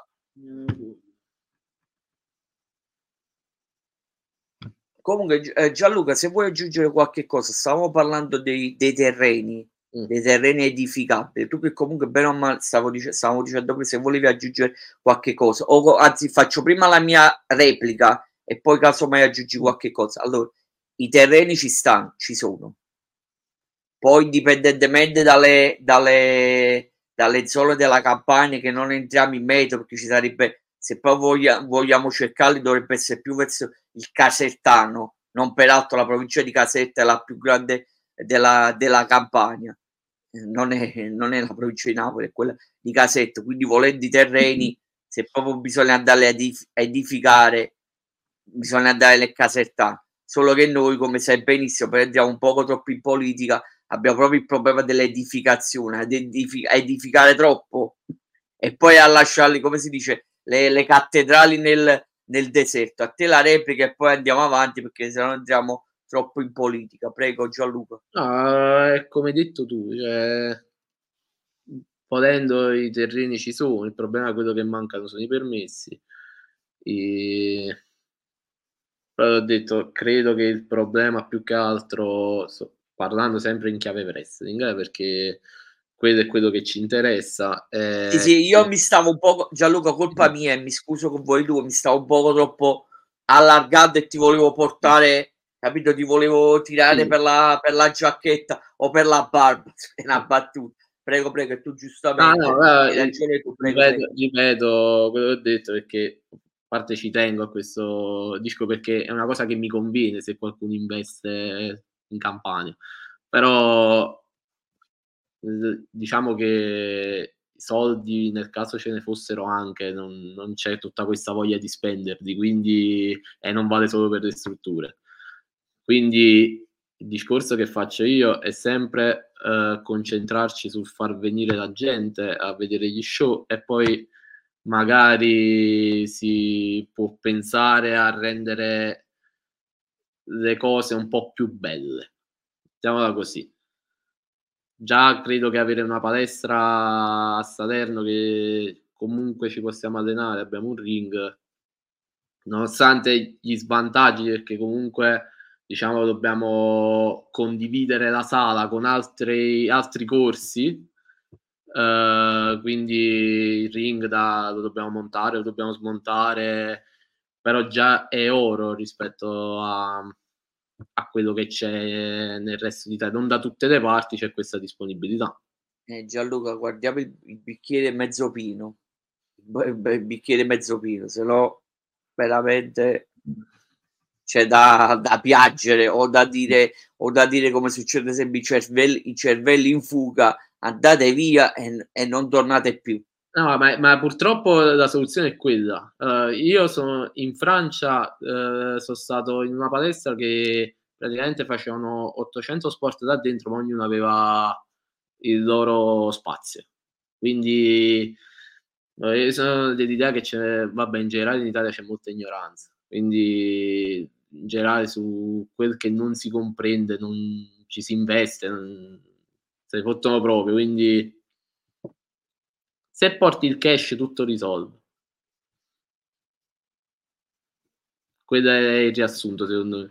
comunque Gianluca, se vuoi aggiungere qualche cosa, stavamo parlando dei terreni edificabili. Tu che comunque bene o male stavamo dicendo prima, se volevi aggiungere qualche cosa, o anzi faccio prima la mia replica e poi casomai aggiungi qualche cosa. Allora, i terreni ci sono, poi indipendentemente dalle zone della campagna, che non entriamo in merito, perché ci sarebbe, se poi vogliamo cercarli, dovrebbe essere più verso il Casertano. Non peraltro la provincia di Caserta è la più grande della Campania, non è la provincia di Napoli, è quella di Caserta. Quindi volendo i terreni, se proprio bisogna andare a edificare, bisogna andare nel Casertano. Solo che noi, come sai benissimo, per entriamo un poco troppo in politica, abbiamo proprio il problema dell'edificazione, a edificare troppo e poi a lasciarli, come si dice, le cattedrali nel deserto. A te la replica e poi andiamo avanti, perché se no entriamo troppo in politica. Prego Gianluca. È come hai detto tu, cioè, volendo i terreni ci sono, il problema è quello che mancano sono i permessi. Però ho detto, credo che il problema più che altro, parlando sempre in chiave wrestling, perché quello è quello che ci interessa. Sì, io mi stavo un po', Gianluca, colpa mia, e mi scuso con voi due, mi stavo un poco troppo allargato e ti volevo portare, capito? Ti volevo tirare per la giacchetta o per la barba, è una battuta. Prego, e tu giustamente hai ragione tu, prego. Ripeto quello che ho detto, perché parte ci tengo a questo disco perché è una cosa che mi conviene se qualcuno investe in Campania. Però diciamo che i soldi, nel caso ce ne fossero anche, non c'è tutta questa voglia di spenderli, quindi non vale solo per le strutture. Quindi il discorso che faccio io è sempre concentrarci sul far venire la gente a vedere gli show e poi magari si può pensare a rendere le cose un po' più belle. Mettiamola così. Già credo che avere una palestra a Salerno che comunque ci possiamo allenare, abbiamo un ring, nonostante gli svantaggi, perché comunque diciamo dobbiamo condividere la sala con altri corsi, quindi il ring lo dobbiamo montare, lo dobbiamo smontare, però già è oro rispetto a quello che c'è nel resto d'Italia. Non da tutte le parti c'è questa disponibilità. Gianluca, guardiamo il bicchiere mezzo pieno, il bicchiere mezzo pieno, se no veramente c'è da piangere o da dire come succede sempre i cervelli in fuga, andate via e non tornate più. No, ma purtroppo la soluzione è quella. Io sono in Francia, sono stato in una palestra che praticamente facevano 800 sport da dentro, ma ognuno aveva il loro spazio. Quindi io sono dell'idea che vabbè, in generale in Italia c'è molta ignoranza, quindi in generale su quel che non si comprende non ci si investe, se ne fottono proprio, quindi se porti il cash tutto risolve. Quello è il riassunto, secondo me.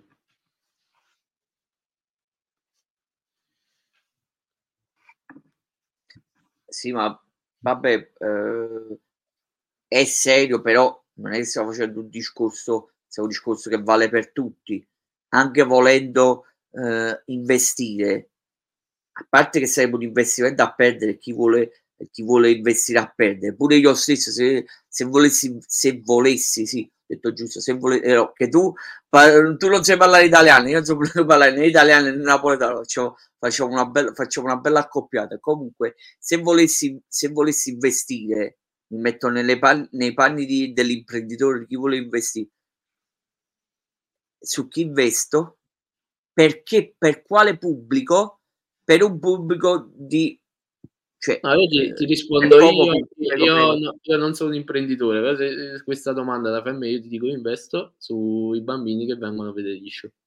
Sì, ma vabbè, è serio, però non è che stiamo facendo un discorso che vale per tutti. Anche volendo investire, a parte che sarebbe un investimento a perdere, chi vuole investire a perdere. Pure io stesso, se volessi, sì, detto giusto, che tu non sai parlare italiano, io non so parlare né italiano né napoletano, facciamo una bella accoppiata. Comunque, se volessi investire, mi metto nei panni dell'imprenditore, di chi vuole investire. Su chi investo? Perché, per quale pubblico? Per un pubblico di... Cioè, no, io ti rispondo io non sono un imprenditore, però se questa domanda la fai a me, io ti dico investo sui bambini che vengono a vedere gli show.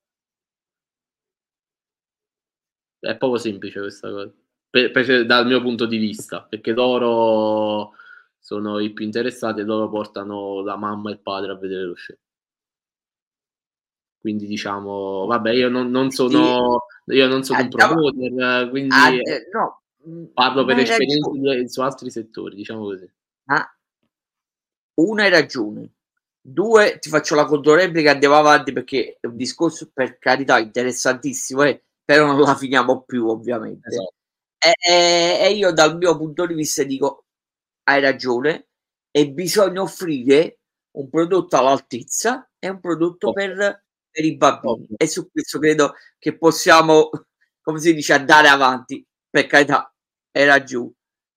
È proprio semplice questa cosa, dal mio punto di vista, perché loro sono i più interessati e loro portano la mamma e il padre a vedere lo show. Quindi diciamo, vabbè, io non sono un promoter, quindi no, parlo per esperienze su altri settori, diciamo così. Una hai ragione, due ti faccio la controreplica, andiamo avanti perché è un discorso, per carità, interessantissimo, però non la finiamo più, ovviamente. Esatto. E io dal mio punto di vista dico, hai ragione, e bisogna offrire un prodotto all'altezza e un prodotto per i bambini. E su questo credo che possiamo, come si dice, andare avanti. Per carità, era giù.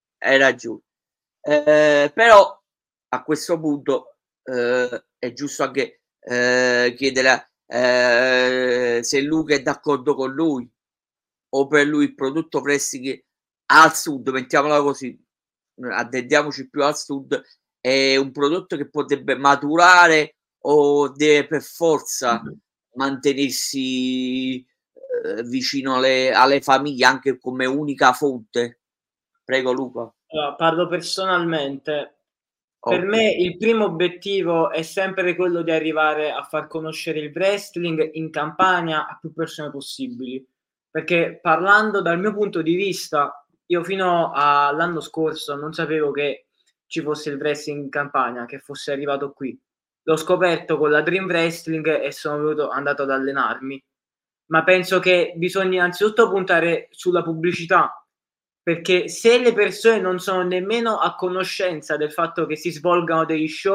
Però a questo punto è giusto anche chiedere se Luca è d'accordo con lui, o per lui il prodotto wrestling al sud, mettiamola così, addendiamoci più al sud, è un prodotto che potrebbe maturare o deve per forza mantenersi vicino alle famiglie, anche come unica fonte? Prego Luca. Allora, parlo personalmente. Per me il primo obiettivo è sempre quello di arrivare a far conoscere il wrestling in Campania a più persone possibili, perché parlando dal mio punto di vista, io fino all'anno scorso non sapevo che ci fosse il wrestling in Campania, che fosse arrivato qui. L'ho scoperto con la Dream Wrestling e sono andato ad allenarmi, ma penso che bisogna innanzitutto puntare sulla pubblicità, perché se le persone non sono nemmeno a conoscenza del fatto che si svolgano degli show,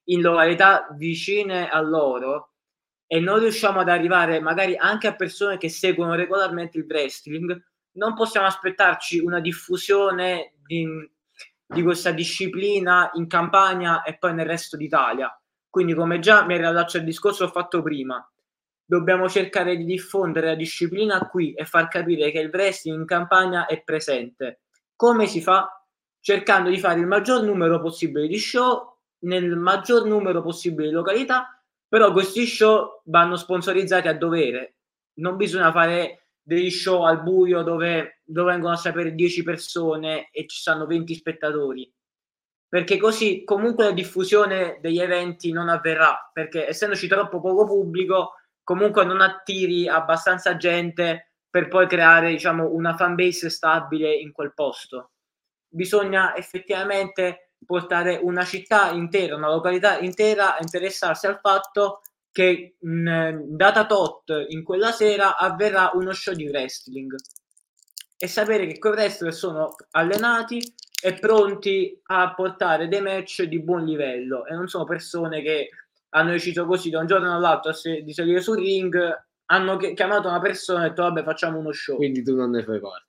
in località vicine a loro e non riusciamo ad arrivare magari anche a persone che seguono regolarmente il wrestling, non possiamo aspettarci una diffusione di questa disciplina in Campania e poi nel resto d'Italia. Quindi, come già mi riallaccio al discorso che ho fatto prima, dobbiamo cercare di diffondere la disciplina qui e far capire che il wrestling in Campania è presente. Come si fa? Cercando di fare il maggior numero possibile di show nel maggior numero possibile di località, però questi show vanno sponsorizzati a dovere. Non bisogna fare degli show al buio dove vengono a sapere 10 persone e ci stanno 20 spettatori, perché così comunque la diffusione degli eventi non avverrà, perché essendoci troppo poco pubblico comunque non attiri abbastanza gente per poi creare, diciamo, una fan base stabile in quel posto. Bisogna effettivamente portare una città intera, una località intera a interessarsi al fatto che data tot in quella sera avverrà uno show di wrestling e sapere che quei wrestler sono allenati e pronti a portare dei match di buon livello e non sono persone che hanno deciso così da un giorno all'altro di salire sul ring, hanno chiamato una persona e detto vabbè facciamo uno show. Quindi tu non ne fai parte.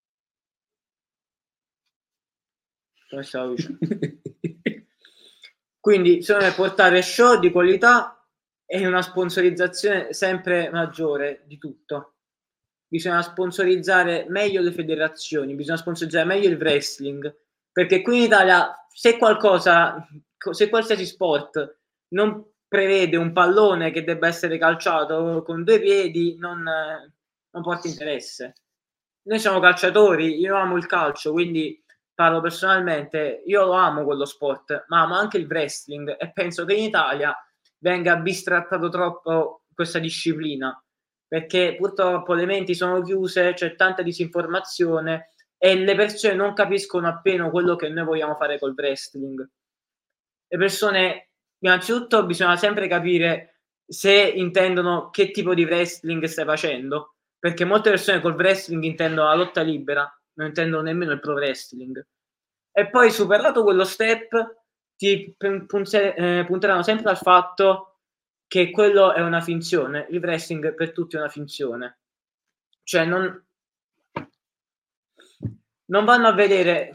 Come stavo dicendo? Quindi secondo me portare show di qualità e una sponsorizzazione sempre maggiore di tutto. Bisogna sponsorizzare meglio le federazioni, bisogna sponsorizzare meglio il wrestling, perché qui in Italia se qualsiasi sport non prevede un pallone che debba essere calciato con 2 piedi, non porta interesse. Noi siamo calciatori, io amo il calcio, quindi parlo personalmente, io lo amo quello sport, ma amo anche il wrestling e penso che in Italia venga bistrattato troppo questa disciplina, perché purtroppo le menti sono chiuse, c'è tanta disinformazione e le persone non capiscono appieno quello che noi vogliamo fare col wrestling. Le persone, innanzitutto bisogna sempre capire se intendono che tipo di wrestling stai facendo, perché molte persone col wrestling intendono la lotta libera, non intendono nemmeno il pro wrestling. E poi superato quello step ti punteranno sempre al fatto che quello è una finzione, il wrestling per tutti è una finzione, cioè non vanno a vedere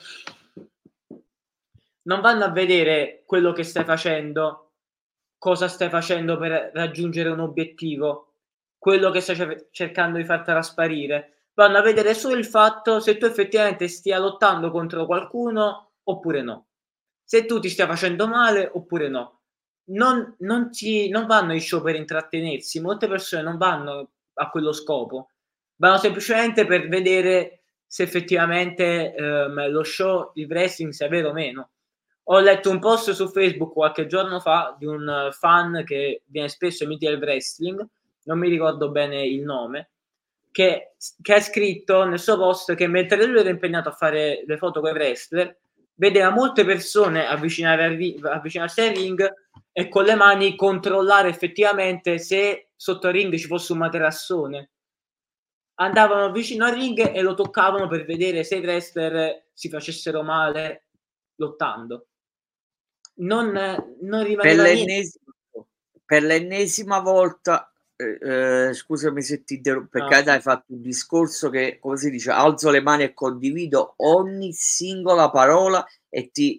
quello che stai facendo, cosa stai facendo per raggiungere un obiettivo, quello che stai cercando di far trasparire, vanno a vedere solo il fatto se tu effettivamente stia lottando contro qualcuno oppure no, se tu ti stia facendo male oppure no. Non vanno in show per intrattenersi, molte persone non vanno a quello scopo, vanno semplicemente per vedere se effettivamente lo show di wrestling sia vero o meno. Ho letto un post su Facebook qualche giorno fa di un fan che viene spesso ai meet del wrestling, non mi ricordo bene il nome, che ha scritto nel suo post che mentre lui era impegnato a fare le foto con i wrestler, vedeva molte persone avvicinarsi al ring e con le mani controllare effettivamente se sotto al ring ci fosse un materassone. Andavano vicino al ring e lo toccavano per vedere se i wrestler si facessero male lottando. Non rimaneva niente. Per l'ennesima volta, scusami se ti interrompo, perché hai fatto un discorso che, come si dice, alzo le mani e condivido ogni singola parola e ti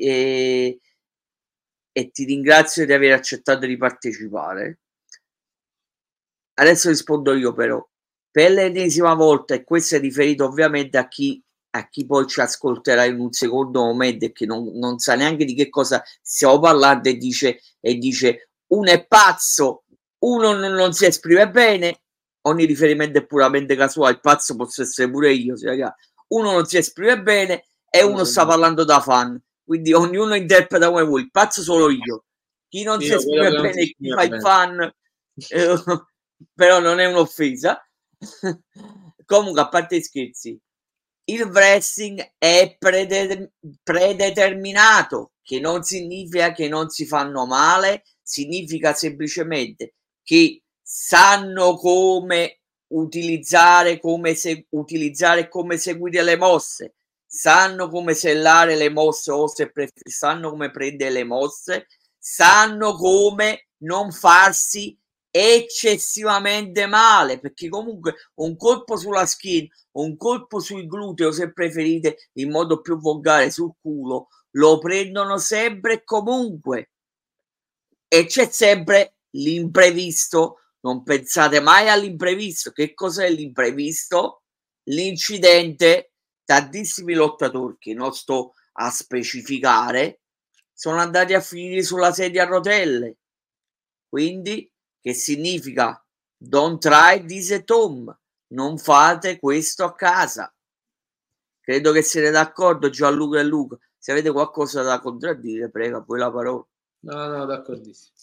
ringrazio di aver accettato di partecipare. Adesso rispondo io però. Per l'ennesima volta, e questo è riferito ovviamente a chi poi ci ascolterà in un secondo momento e che non sa neanche di che cosa stiamo parlando e dice uno è pazzo, uno non si esprime bene, ogni riferimento è puramente casuale, il pazzo posso essere pure io, uno non si esprime bene e uno sta parlando da fan, quindi ognuno interpreta come vuoi, il pazzo solo io, chi non si esprime bene, chi fa il fan, però non è un'offesa. Comunque, a parte gli scherzi, il wrestling è predeterminato, che non significa che non si fanno male, significa semplicemente che sanno come utilizzare, come seguire le mosse, sanno come sellare le mosse o sanno come prendere le mosse, sanno come non farsi eccessivamente male, perché comunque un colpo sulla schiena, un colpo sul gluteo, se preferite, in modo più volgare, sul culo, lo prendono sempre e comunque, e c'è sempre l'imprevisto. Non pensate mai all'imprevisto. Che cos'è l'imprevisto? L'incidente. Tantissimi lottatori, che non sto a specificare, sono andati a finire sulla sedia a rotelle. Quindi, che significa? Don't try this at home. Non fate questo a casa. Credo che siete d'accordo, Gianluca e Luca. Se avete qualcosa da contraddire, prego, a voi la parola. No, d'accordissimo.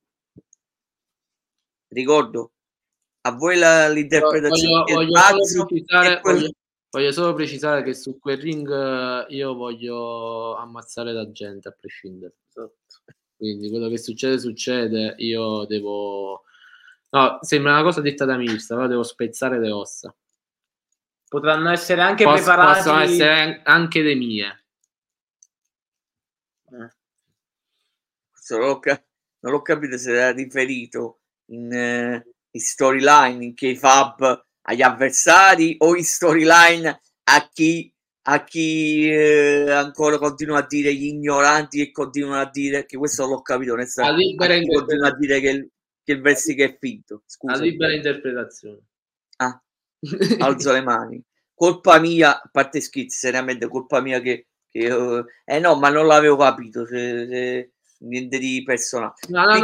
Ricordo, a voi l'interpretazione. Voglio solo precisare che su quel ring io voglio ammazzare la gente a prescindere. Quindi quello che succede, io devo... No, sembra una cosa detta da Mirsa, però devo spezzare le ossa. Potranno essere anche preparati... Possono essere anche le mie. Non l'ho capito se era riferito in storyline, in K-Fab agli avversari o in storyline a chi ancora continua a dire gli ignoranti, e continuano a dire che questo non l'ho capito onestamente, a chi continua a dire che il versico è finto. Scusa. A libera interpretazione. Alzo le mani. Colpa mia, a parte scherzi, seriamente colpa mia che no, ma non l'avevo capito, niente di personale.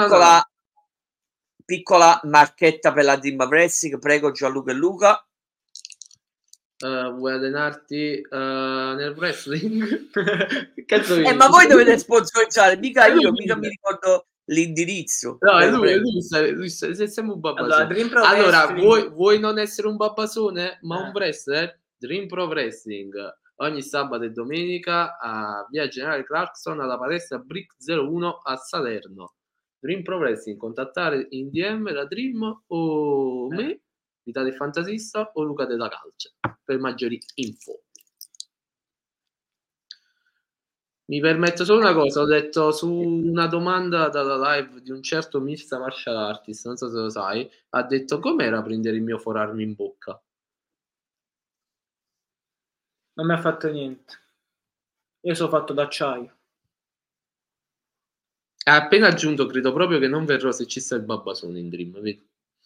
Piccola marchetta per la Dream Wrestling, prego Gianluca e Luca. Vuoi allenarti nel wrestling? Ma voi dovete sponsorizzare, mica io, mica mi ricordo l'indirizzo. No, lui siamo un babbasone. Allora, vuoi non essere un babbasone, ma un wrestler? Dream Pro Wrestling ogni sabato e domenica a via Generale Clarkson alla palestra Brick 01 a Salerno. Dream Pro Wrestling, contattare in DM la Dream o me, Vitale Fantasista o Luca della Calce per maggiori info. Mi permetto solo una cosa, ho letto su una domanda dalla live di un certo Mirsa Martial Artist, non so se lo sai, ha detto com'era prendere il mio forarmi in bocca. Non mi ha fatto niente. Io sono fatto d'acciaio. Ha appena aggiunto, credo proprio che non verrò se ci sta il babbasone in Dream, vedi?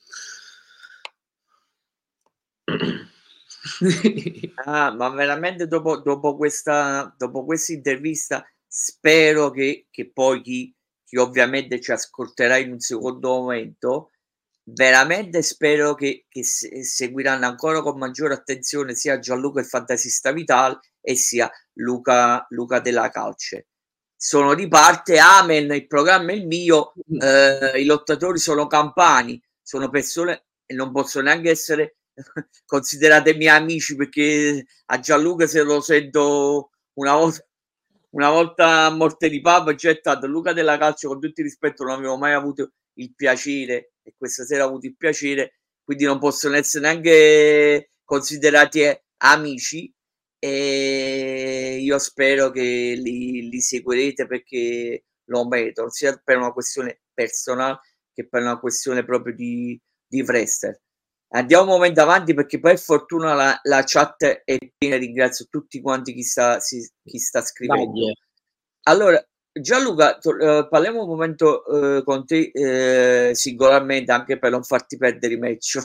Ma veramente dopo questa intervista spero che poi chi ovviamente ci ascolterà in un secondo momento, veramente spero che seguiranno ancora con maggiore attenzione sia Gianluca il Fantasista Vitale e sia Luca della Calce. Sono di parte, amen, il programma è il mio, i lottatori sono campani, sono persone e non possono neanche essere considerate miei amici, perché a Gianluca se lo sento una volta a Morte di Papa gettato. Luca della Calcio, con tutto il rispetto, non avevo mai avuto il piacere e questa sera ho avuto il piacere, quindi non possono essere neanche considerati amici, e io spero che li seguirete perché lo meritano, sia per una questione personale che per una questione proprio di wrestler. Andiamo un momento avanti perché poi fortuna la chat è piena. Ringrazio tutti quanti chi sta scrivendo. Allora Gianluca, parliamo un momento con te singolarmente, anche per non farti perdere i match.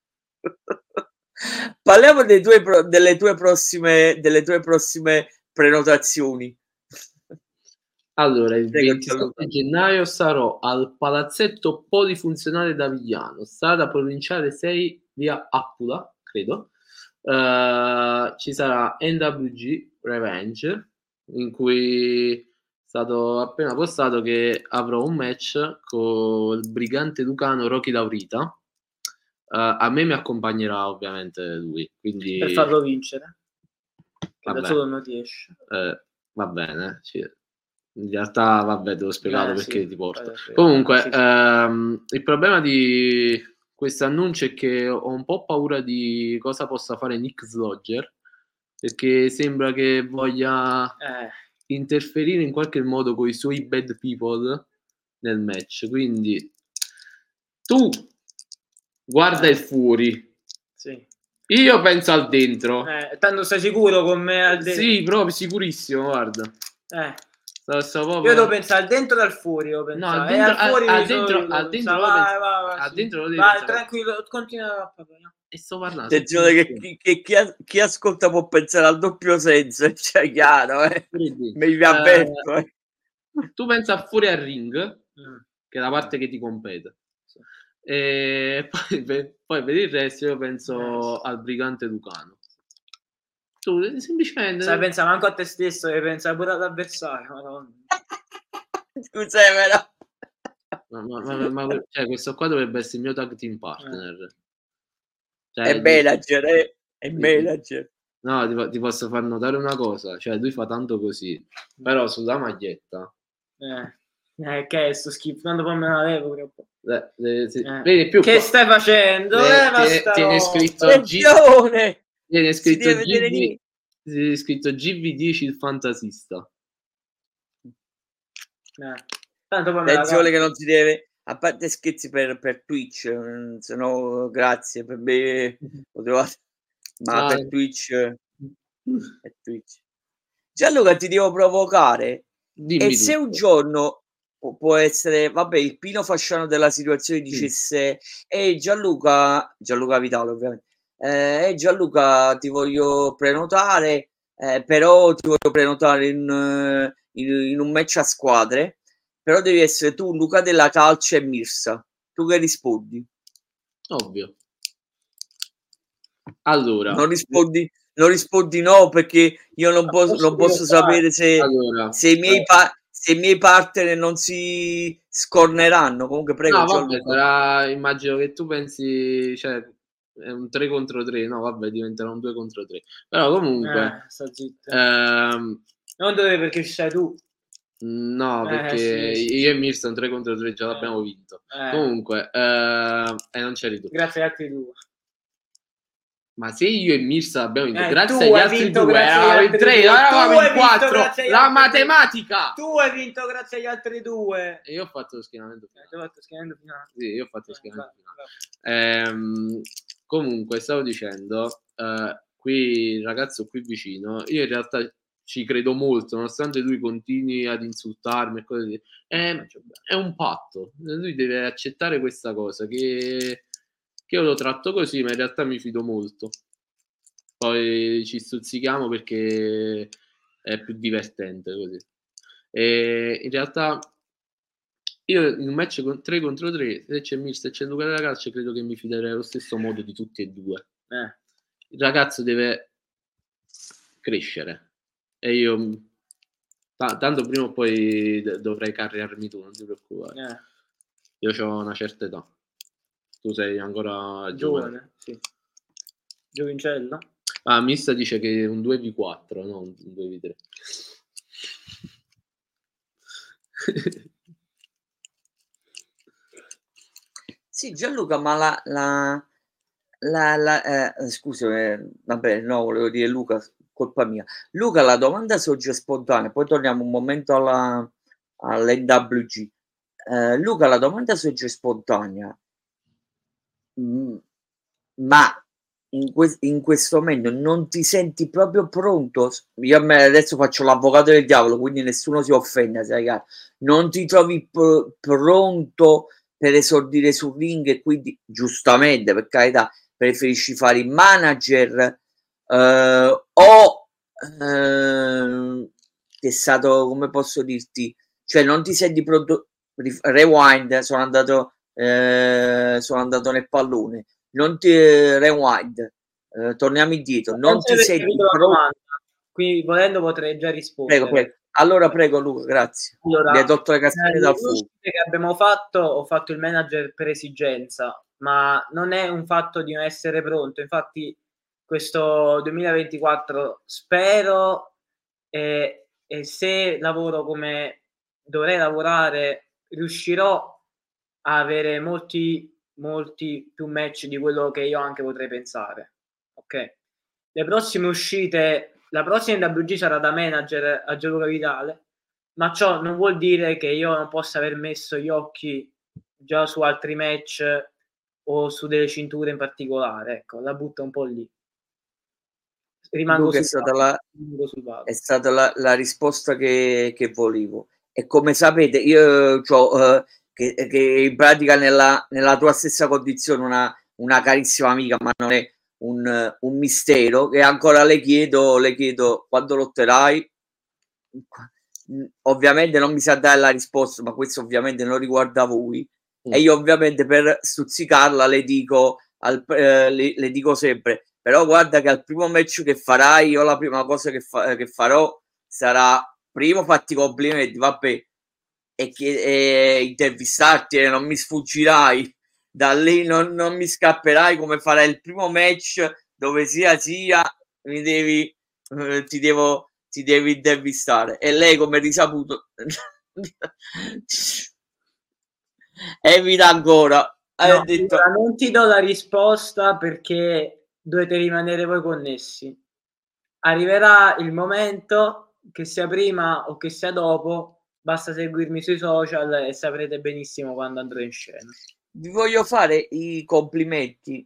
Parliamo delle tue prossime prenotazioni. Allora, il 27 gennaio sarò al palazzetto polifunzionale Davigliano, strada provinciale 6, via Appula, credo. Ci sarà NWG Revenge, in cui è stato appena postato che avrò un match con il brigante lucano Rocky Laurita. A me mi accompagnerà ovviamente lui, quindi... per farlo vincere, che da solo non riesce. Va bene, in realtà vabbè, devo spiegarlo perché ti porto. Comunque il problema di questo annuncio è che ho un po' paura di cosa possa fare Nick Slogger, perché sembra che voglia interferire in qualche modo con i suoi bad people nel match, quindi tu guarda il fuori, Sì. io penso al dentro. Tanto sei sicuro con me al dentro? Sì, proprio sicurissimo, guarda. Sto proprio... Io devo pensare al dentro e al fuori, No, al dentro, al dentro, al dentro, vai, dentro lo devi vai, pensare. tranquillo, continua. E sto parlando. Attenzione che chi ascolta può pensare al doppio senso, cioè chiaro, mi vi avverto. Tu pensa fuori al ring, che è la parte che ti compete. Sì. E poi per il resto io penso al brigante Lucano. Tu semplicemente... Sai, pensa manco a te stesso e pensa pure all'avversario. Scusami, ma cioè, questo qua dovrebbe essere il mio tag team partner. Cioè, è manager, è manager. No, ti posso far notare una cosa, cioè lui fa tanto così, però sulla maglietta che è sto schifo, tanto poi me la levo proprio. Vedi, più che stai facendo? Tiene scritto GV10 il fantasista. Tanto poi attenzione che non si deve, a parte scherzi per Twitch, se no grazie, per me lo trovate, ma per Twitch è Twitch. Gianluca, ti devo provocare. Dimmi e se un giorno può essere, vabbè, il Pino Fasciano della situazione dicesse Gianluca Vitale ovviamente, Gianluca ti voglio prenotare, però ti voglio prenotare in un match a squadre, però devi essere tu, Luca Della Calcia e Mirsa. Tu che rispondi? Ovvio. Allora, non rispondi no, perché io non posso sapere se i miei partner non si scorneranno. Comunque prego. No, vabbè, immagino che tu pensi, cioè, è un 3 contro 3, no, vabbè, diventerà un 2 contro 3. Però comunque sta zitto. Non dove, perché ci sei tu. No, perché sì. Io e Mirsa un 3 contro 3 già l'abbiamo vinto. Comunque, non c'eri tu. Grazie agli altri due. Ma se io e Mirsa abbiamo vinto, grazie agli altri due, eravamo in 3, eravamo in 4. La matematica! Tu hai vinto grazie agli altri due. E io ho fatto lo schieramento finale. Sì, io ho fatto lo schieramento finale. Comunque, stavo dicendo, qui il ragazzo qui vicino, io in realtà ci credo molto, nonostante lui continui ad insultarmi e cose così. È un patto. Lui deve accettare questa cosa, che io lo tratto così, ma in realtà mi fido molto. Poi ci stuzzichiamo perché è più divertente così. E in realtà io in un match con 3 contro 3, se c'è Mirsa e c'è Luca Della Calcia, credo che mi fiderei allo stesso modo di tutti e due. Il ragazzo deve crescere e io tanto prima o poi dovrei carriarmi tu, non ti preoccupare. Io ho una certa età. Tu sei ancora giovane. Sì. Giovincello? Missa dice che è un 2v4, non un 2v3. Sì, Gianluca, ma scusa, vabbè, no, volevo dire Luca, colpa mia. Luca, la domanda sorge spontanea, poi torniamo un momento all'NWG. Luca, la domanda sorge spontanea, ma in questo momento non ti senti proprio pronto? Io adesso faccio l'avvocato del diavolo, quindi nessuno si offende, sai, non ti trovi pronto per esordire sul ring e quindi giustamente, per carità, preferisci fare il manager o è stato, come posso dirti, cioè non ti senti pronto? Rewind, sono andato nel pallone, non ti rewind, torniamo indietro, non ti senti pronto? Qui volendo potrei già rispondere. Prego. Allora prego Luca, grazie. Allora, mi hai tolto le castagne dal fuoco. che abbiamo fatto, ho fatto il manager per esigenza, ma non è un fatto di non essere pronto. Infatti questo 2024 spero e se lavoro come dovrei lavorare riuscirò a avere molti più match di quello che io anche potrei pensare. Ok, le prossime uscite, la prossima WG sarà da manager a Gianluca Vitale, ma ciò non vuol dire che io non possa aver messo gli occhi già su altri match o su delle cinture in particolare. Ecco, la butto un po' lì. Rimango Luca, è stata la risposta che volevo. E come sapete, io che in pratica nella tua stessa condizione una carissima amica, ma non è un mistero, che ancora le chiedo quando lotterai. Ovviamente non mi sa dare la risposta, ma questo ovviamente non riguarda voi. E io ovviamente per stuzzicarla le dico le dico sempre: però guarda che al primo match che farai, io la prima cosa che farò sarà primo fatti complimenti, vabbè, e intervistarti, e non mi sfuggirai da lì, non mi scapperai come farai il primo match, dove sia mi devi ti devi intervistare. E lei, come risaputo, evita ancora. No, detto... non ti do la risposta perché dovete rimanere voi connessi. Arriverà il momento, che sia prima o che sia dopo, basta seguirmi sui social e saprete benissimo quando andrò in scena. Vi voglio fare i complimenti.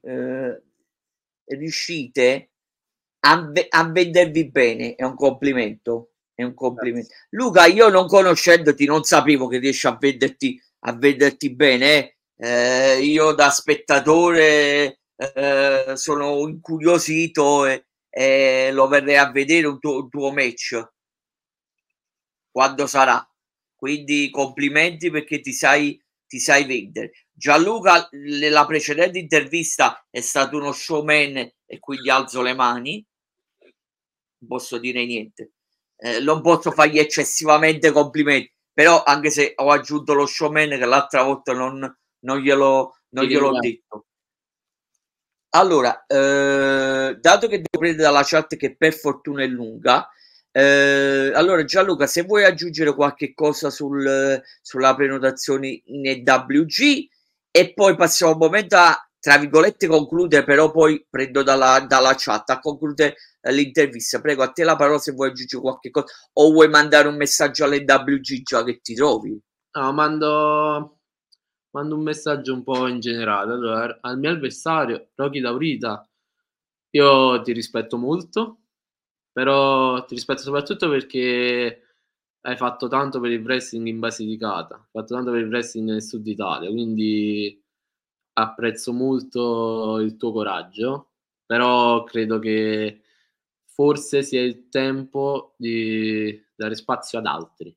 Riuscite a vendervi bene, è un complimento. È un complimento. Grazie. Luca, io non conoscendoti non sapevo che riesci a venderti bene. Io da spettatore sono incuriosito e lo verrei a vedere un tuo match quando sarà. Quindi complimenti, perché ti sai vendere. Gianluca, la precedente intervista è stato uno showman e quindi alzo le mani, non posso dire niente, non posso fargli eccessivamente complimenti, però anche se ho aggiunto lo showman, che l'altra volta non gliel'ho detto. Allora, dato che devo prendere dalla chat, che per fortuna è lunga, allora Gianluca, se vuoi aggiungere qualche cosa sulla prenotazione in EWG, e poi passiamo un momento a, tra virgolette, concludere, però poi prendo dalla chat a concludere l'intervista. Prego, a te la parola se vuoi aggiungere qualche cosa, o vuoi mandare un messaggio all'EWG già che ti trovi? No, mando un messaggio un po' in generale. Allora, al mio avversario, Rocky Laurita, io ti rispetto molto, però ti rispetto soprattutto perché hai fatto tanto per il wrestling in Basilicata, hai fatto tanto per il wrestling nel sud Italia, quindi apprezzo molto il tuo coraggio, però credo che forse sia il tempo di dare spazio ad altri.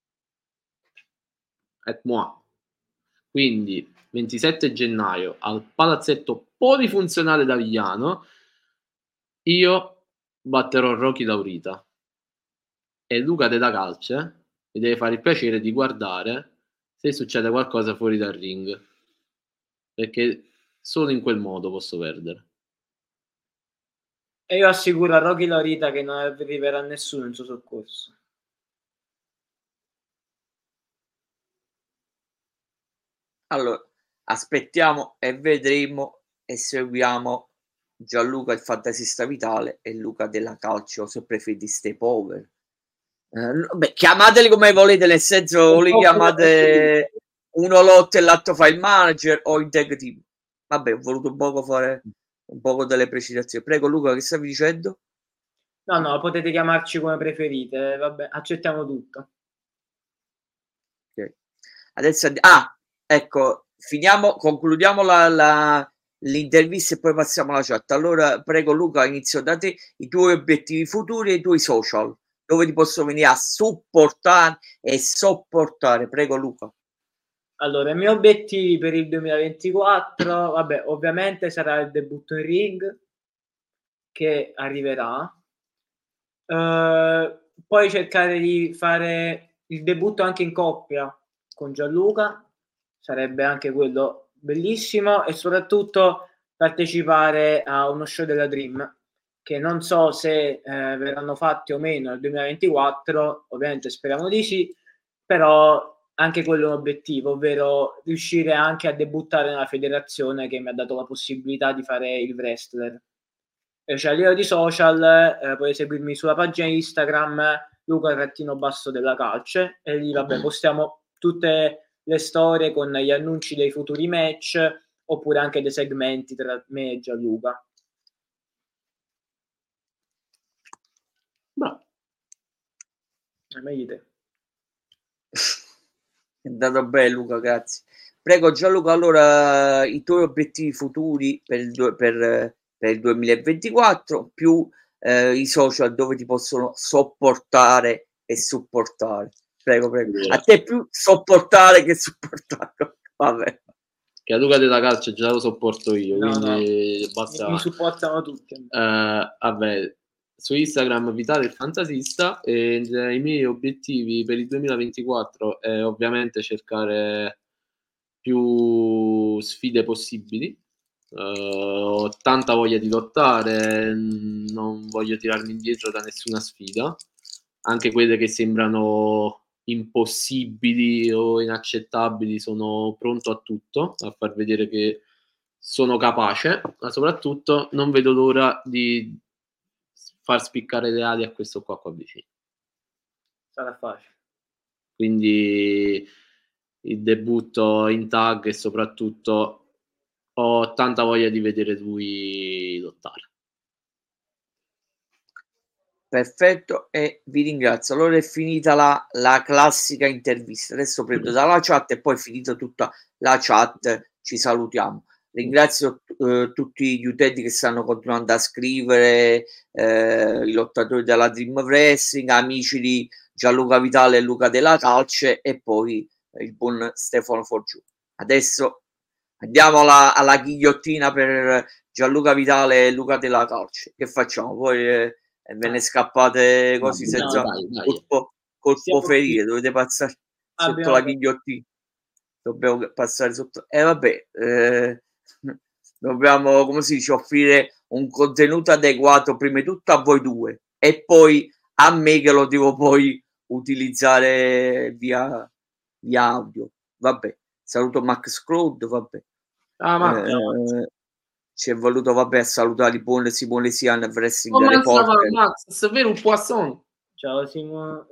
Et moi. Quindi 27 gennaio al palazzetto polifunzionale d'Avigliano io batterò Rocky Laurita e Luca Della Calce mi deve fare il piacere di guardare se succede qualcosa fuori dal ring, perché solo in quel modo posso perdere. E io assicuro a Rocky Laurita che non arriverà nessuno in suo soccorso. Allora, aspettiamo e vedremo, e seguiamo Gianluca il fantasista vitale e Luca Della Calcio, se preferite Stay Power. Beh, chiamateli come volete, nel senso, li chiamate uno lotta e l'altro fa il manager, o in tag team. Vabbè, ho voluto un poco fare un poco delle precisazioni. Prego Luca, che stavi dicendo? No, potete chiamarci come preferite, vabbè, accettiamo tutto. Okay. Adesso ecco, concludiamo l'intervista e poi passiamo alla chat. Allora, prego Luca, inizio da te, i tuoi obiettivi futuri e i tuoi social, dove ti posso venire a supportare e sopportare. Prego Luca. Allora, i miei obiettivi per il 2024, vabbè, ovviamente sarà il debutto in ring, che arriverà. Poi cercare di fare il debutto anche in coppia con Gianluca, sarebbe anche quello bellissimo, e soprattutto partecipare a uno show della Dream, che non so se verranno fatti o meno nel 2024, ovviamente speriamo di sì, però anche quello è un obiettivo, ovvero riuscire anche a debuttare nella federazione che mi ha dato la possibilità di fare il wrestler. Cioè, a livello di social potete seguirmi sulla pagina Instagram Luca-Basso della Calce, e lì vabbè postiamo tutte le storie con gli annunci dei futuri match, oppure anche dei segmenti tra me e Gianluca. Bravo. È meglio te. È andato bene, Luca, grazie. Prego Gianluca, allora i tuoi obiettivi futuri per il 2024, più i social dove ti possono sopportare e supportare. Prego. A te più sopportare che supportare. Vabbè. Che a Luca della Calcio già lo sopporto io, No, quindi basta. Mi supportano tutti. Vabbè, su Instagram Vitale il Fantasista, e i miei obiettivi per il 2024 è ovviamente cercare più sfide possibili. Ho tanta voglia di lottare, non voglio tirarmi indietro da nessuna sfida, anche quelle che sembrano impossibili o inaccettabili, sono pronto a tutto, a far vedere che sono capace, ma soprattutto non vedo l'ora di far spiccare le ali a questo qua vicino. Sarà facile. Quindi il debutto in tag, e soprattutto ho tanta voglia di vedere lui lottare. Perfetto, e vi ringrazio. Allora è finita la classica intervista. Adesso prendo dalla chat e poi finita tutta la chat ci salutiamo. Ringrazio tutti gli utenti che stanno continuando a scrivere, i lottatori della Dream Wrestling, amici di Gianluca Vitale e Luca della Calce, e poi il buon Stefano Forgiù. Adesso andiamo alla ghigliottina per Gianluca Vitale e Luca della Calce. Che facciamo? Poi ve ne scappate così senza colpo ferire, dovete passare sotto la ghigliottina. Dobbiamo passare sotto. Vabbè, dobbiamo, come si dice, offrire un contenuto adeguato prima di tutto a voi due, e poi a me che lo devo poi utilizzare via audio. Vabbè, saluto Max Claude, vabbè. Ci è voluto, vabbè, a salutare il buon Simone Sian, Wrestling Reporter. Max, c'est vero, un poisson. Ciao Simone.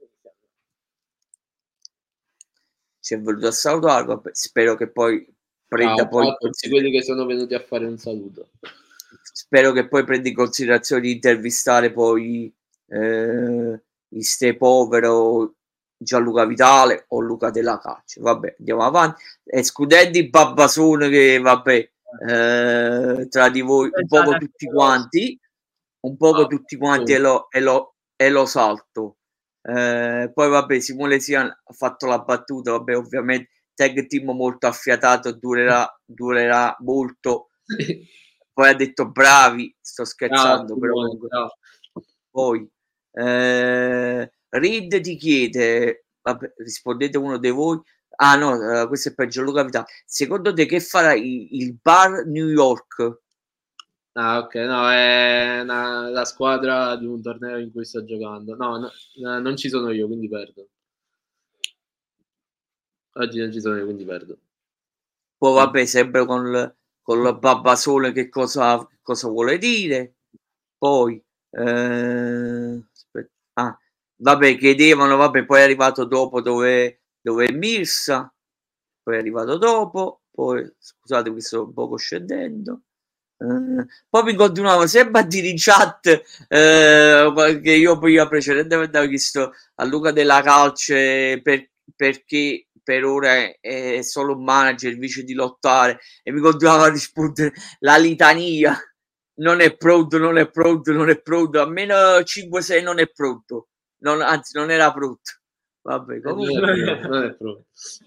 Ci è voluto a salutare, vabbè, spero che poi prenda poi tutti quelli che sono venuti a fare un saluto. Spero che poi prenda in considerazione di intervistare poi il Ste Povero, Gianluca Vitale o Luca della Calcio. Vabbè, andiamo avanti. Escludendo Babbasone, che vabbè, tra di voi un poco tutti quanti e lo salto. Poi vabbè, Simone Sian ha fatto la battuta, vabbè, ovviamente tag team molto affiatato, durerà molto. Poi ha detto bravi, sto scherzando, però comunque. Poi Reed ti chiede, vabbè, rispondete uno di voi. Ah no, questo è per Gianluca Vitale. Secondo te che farà il Bar New York? Ah, ok, no, è la squadra di un torneo in cui sto giocando. No, non ci sono io, quindi perdo. Oggi non ci sono io, quindi perdo. Poi vabbè, sempre con il Babbasone, che cosa vuole dire? Poi vabbè, chiedevano, vabbè, poi è arrivato dopo dove è Mirsa, poi è arrivato dopo, poi scusate, mi sto un poco scendendo. Poi mi continuavo sempre a dire in chat che io prima precedentemente avevo chiesto a Luca della Calce perché per ora è solo un manager invece di lottare, e mi continuava a rispondere la litania: non è pronto, almeno 5-6 non è pronto, anzi non era pronto. Vabbè, comunque non è pronto.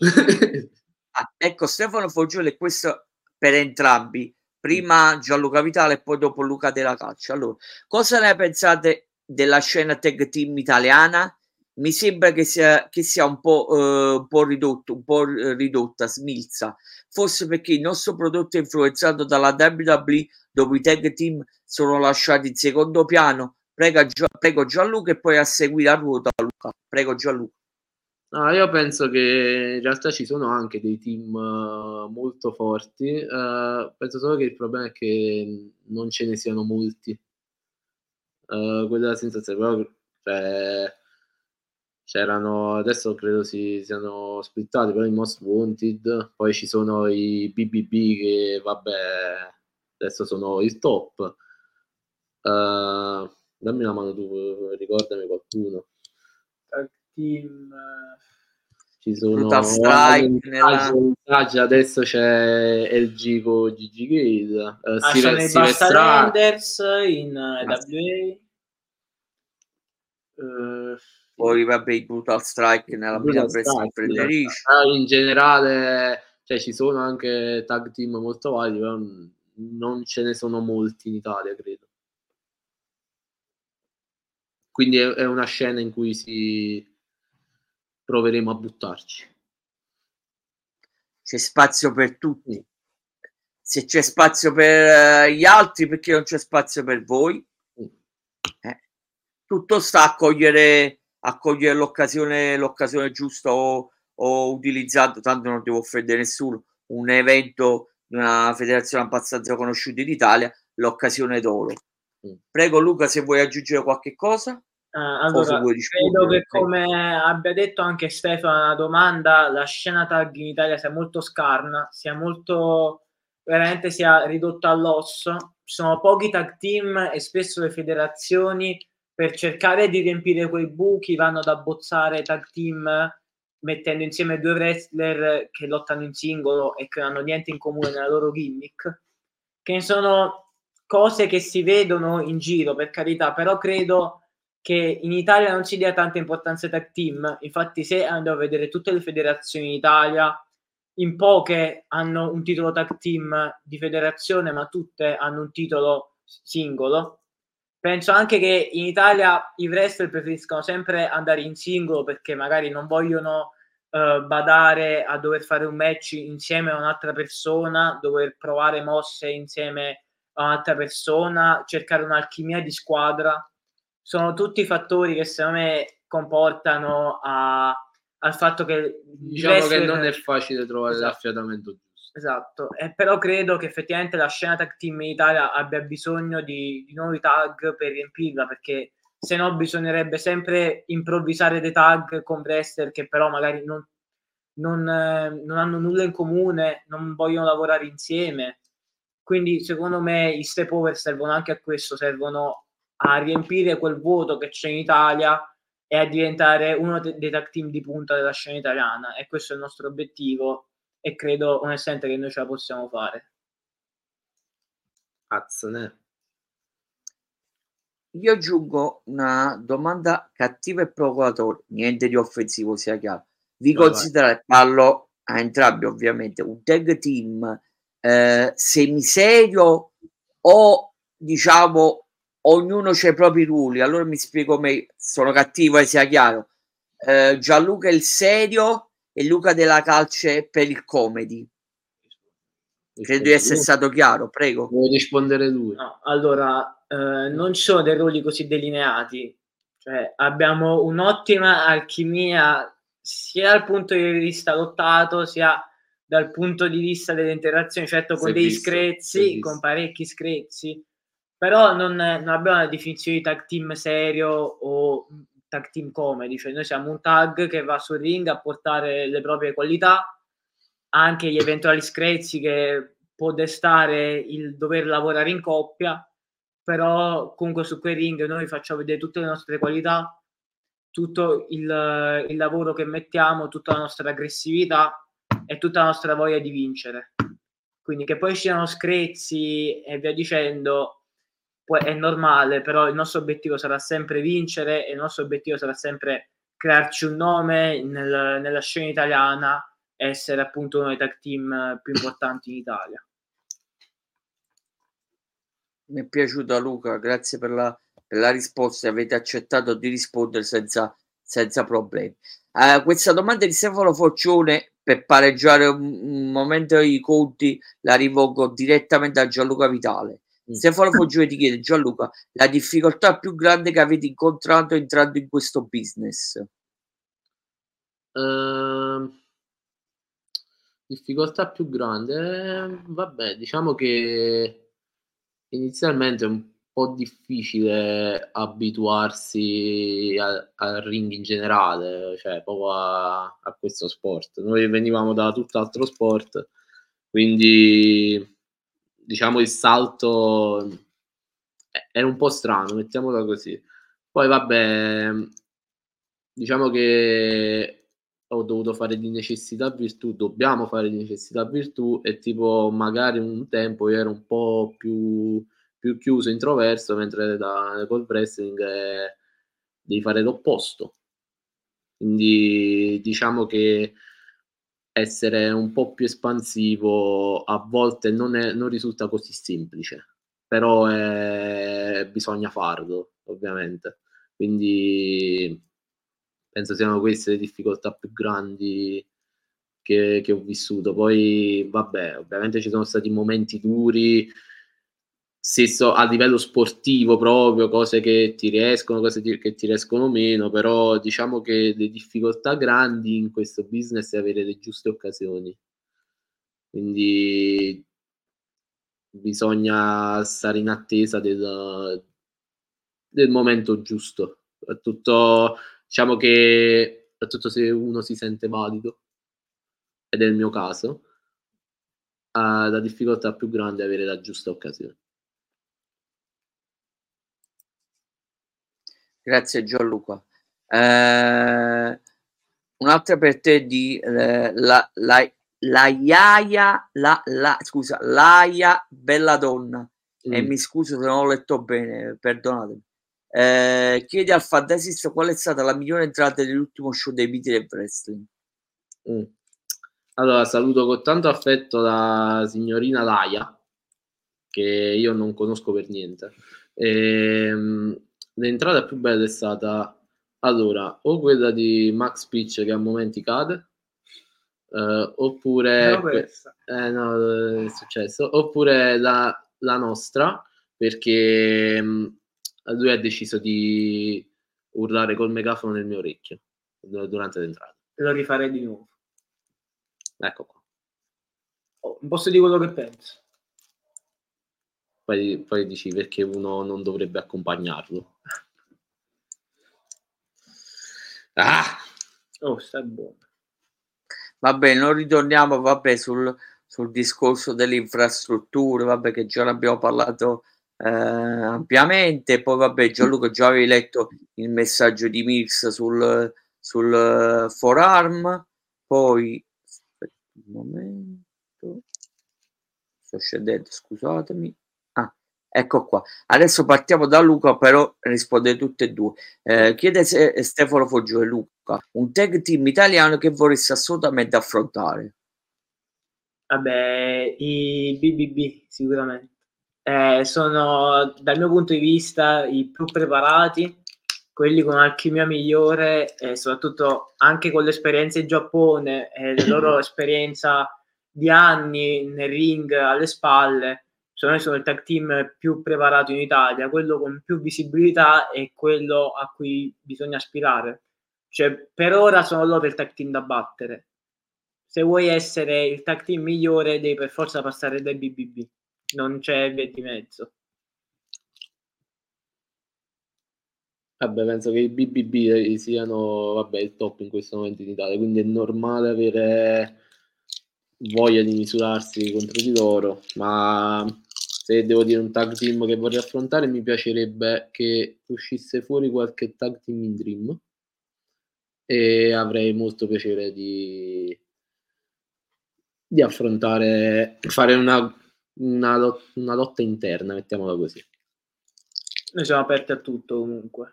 Ecco, Stefano Foggioli, questo per entrambi, prima Gianluca Vitale e poi dopo Luca della Calcio. Allora, cosa ne pensate della scena tag team italiana? Mi sembra che sia un po' ridotta, smilza, forse perché il nostro prodotto è influenzato dalla WWE, dove i tag team sono lasciati in secondo piano. Prego Gianluca, e poi a seguire a ruota Luca. Prego Gianluca. No, io penso che in realtà ci sono anche dei team molto forti. Penso solo che il problema è che non ce ne siano molti. Quella è la sensazione, però, cioè, c'erano, adesso credo si siano splittati, però i Most Wanted, poi ci sono i BBB che vabbè adesso sono il top. Dammi una mano tu, ricordami qualcuno. Tag team, Ci Brutal sono Strike nella... adesso c'è LG con Gigi Gate, sono i Basta Landers in WA. Poi vabbè i Brutal Strike nella Milan Wrestling Federici. In generale, cioè, ci sono anche tag team molto validi, però non ce ne sono molti in Italia, credo. Quindi è una scena in cui proveremo a buttarci. C'è spazio per tutti. Se c'è spazio per gli altri, perché non c'è spazio per voi? Tutto sta a cogliere l'occasione giusta o utilizzato, tanto non devo offendere nessuno, un evento di una federazione abbastanza conosciuta in Italia, l'occasione d'oro. Prego Luca, se vuoi aggiungere qualche cosa. Allora, credo che come abbia detto anche Stefano nella domanda, la scena tag in Italia sia molto scarna, sia molto, veramente sia ridotta all'osso. Ci sono pochi tag team e spesso le federazioni per cercare di riempire quei buchi vanno ad abbozzare tag team mettendo insieme due wrestler che lottano in singolo e che non hanno niente in comune nella loro gimmick, che sono cose che si vedono in giro, per carità, però credo che in Italia non si dia tanta importanza ai tag team. Infatti se andiamo a vedere tutte le federazioni in Italia, in poche hanno un titolo tag team di federazione, ma tutte hanno un titolo singolo. Penso anche che in Italia i wrestler preferiscono sempre andare in singolo perché magari non vogliono badare a dover fare un match insieme a un'altra persona, dover provare mosse insieme a un'altra persona, cercare un'alchimia di squadra. Sono tutti fattori che secondo me comportano al fatto che diciamo wrestler... che non è facile trovare l'affiatamento giusto. Esatto, però credo che effettivamente la scena tag team in Italia abbia bisogno di nuovi tag per riempirla, perché se no bisognerebbe sempre improvvisare dei tag con wrestler che però magari non hanno nulla in comune, non vogliono lavorare insieme. Quindi secondo me i step over servono anche a questo, servono a riempire quel vuoto che c'è in Italia e a diventare uno dei tag team di punta della scena italiana, e questo è il nostro obiettivo e credo onestamente che noi ce la possiamo fare. Azzone. Io aggiungo una domanda cattiva e provocatoria, niente di offensivo sia chiaro. Vi considerate, parlo a entrambi ovviamente, un tag team semiserio o diciamo ognuno c'ha i propri ruoli? Allora mi spiego meglio, sono cattivo e sia chiaro. Gianluca è il serio e Luca della Calce per il comedy. Credo di essere stato chiaro, prego. Vuoi rispondere lui? No, allora, non ci sono dei ruoli così delineati, cioè abbiamo un'ottima alchimia sia dal punto di vista lottato sia dal punto di vista delle interazioni, certo con dei screzi, con parecchi screzi, però non abbiamo una definizione di tag team serio o tag team comedy, cioè noi siamo un tag che va sul ring a portare le proprie qualità, anche gli eventuali screzi che può destare il dover lavorare in coppia, però comunque su quei ring noi facciamo vedere tutte le nostre qualità, tutto il lavoro che mettiamo, tutta la nostra aggressività e tutta la nostra voglia di vincere. Quindi che poi ci siano screzi e via dicendo è normale, però il nostro obiettivo sarà sempre vincere e il nostro obiettivo sarà sempre crearci un nome nella scena italiana, essere appunto uno dei tag team più importanti in Italia. Mi è piaciuta Luca, grazie per la risposta, avete accettato di rispondere senza problemi. Questa domanda di Stefano Forcione, per pareggiare un momento i conti, la rivolgo direttamente a Gianluca Vitale. Stefano Forcione ti chiede: Gianluca, la difficoltà più grande che avete incontrato entrando in questo business? Difficoltà più grande? Vabbè, diciamo che inizialmente po' difficile abituarsi al ring in generale, cioè proprio a questo sport. Noi venivamo da tutt'altro sport, quindi diciamo il salto era un po' strano, mettiamola così. Poi vabbè, diciamo che ho dovuto fare di necessità virtù, dobbiamo fare di necessità virtù, e tipo magari un tempo io ero un po' più chiuso, introverso, mentre col wrestling devi fare l'opposto. Quindi diciamo che essere un po' più espansivo a volte non risulta così semplice, però bisogna farlo, ovviamente. Quindi penso siano queste le difficoltà più grandi che ho vissuto. Poi vabbè, ovviamente ci sono stati momenti duri, a livello sportivo proprio, cose che ti riescono, cose che ti riescono meno, però diciamo che le difficoltà grandi in questo business è avere le giuste occasioni. Quindi bisogna stare in attesa del momento giusto. Soprattutto, diciamo che soprattutto se uno si sente valido, ed è il mio caso, la difficoltà più grande è avere la giusta occasione. Grazie Gianluca. Un'altra per te di Laia Belladonna, e mi scuso se non ho letto bene, perdonatemi. Chiedi al Fantasista qual è stata la migliore entrata dell'ultimo show dei Miti del Wrestling. Allora, saluto con tanto affetto la signorina Laia, che io non conosco per niente. L'entrata più bella è stata, allora, o quella di Max Pitch che a momenti cade, oppure no, è successo, oppure la nostra, perché lui ha deciso di urlare col megafono nel mio orecchio durante l'entrata. Lo rifarei di nuovo. Ecco qua. Non posso dire quello che penso. Poi dici perché uno non dovrebbe accompagnarlo. Stai buono. Vabbè, non ritorniamo sul discorso delle infrastrutture, vabbè, che già ne abbiamo parlato ampiamente. Poi vabbè, Gianluca, già avevi letto il messaggio di Mills sul forearm. Poi aspetta un momento, sto scendendo, scusatemi. Ecco qua. Adesso partiamo da Luca, però risponde tutte e due. Chiede Stefano Foggione, Luca, un tag team italiano che vorresti assolutamente affrontare. Vabbè, i BBB sicuramente. Sono, dal mio punto di vista, i più preparati, quelli con alchimia migliore, e soprattutto anche con l'esperienza in Giappone e la loro esperienza di anni nel ring alle spalle. Sono il tag team più preparato in Italia, quello con più visibilità e quello a cui bisogna aspirare. Cioè, per ora sono loro il tag team da battere. Se vuoi essere il tag team migliore devi per forza passare dai BBB, non c'è via di mezzo. Vabbè, penso che i BBB siano il top in questo momento in Italia, quindi è normale avere voglia di misurarsi contro di loro, ma se devo dire un tag team che vorrei affrontare, mi piacerebbe che uscisse fuori qualche tag team in Dream, e avrei molto piacere di affrontare, fare una lotta interna, mettiamola così. Noi siamo aperti a tutto comunque.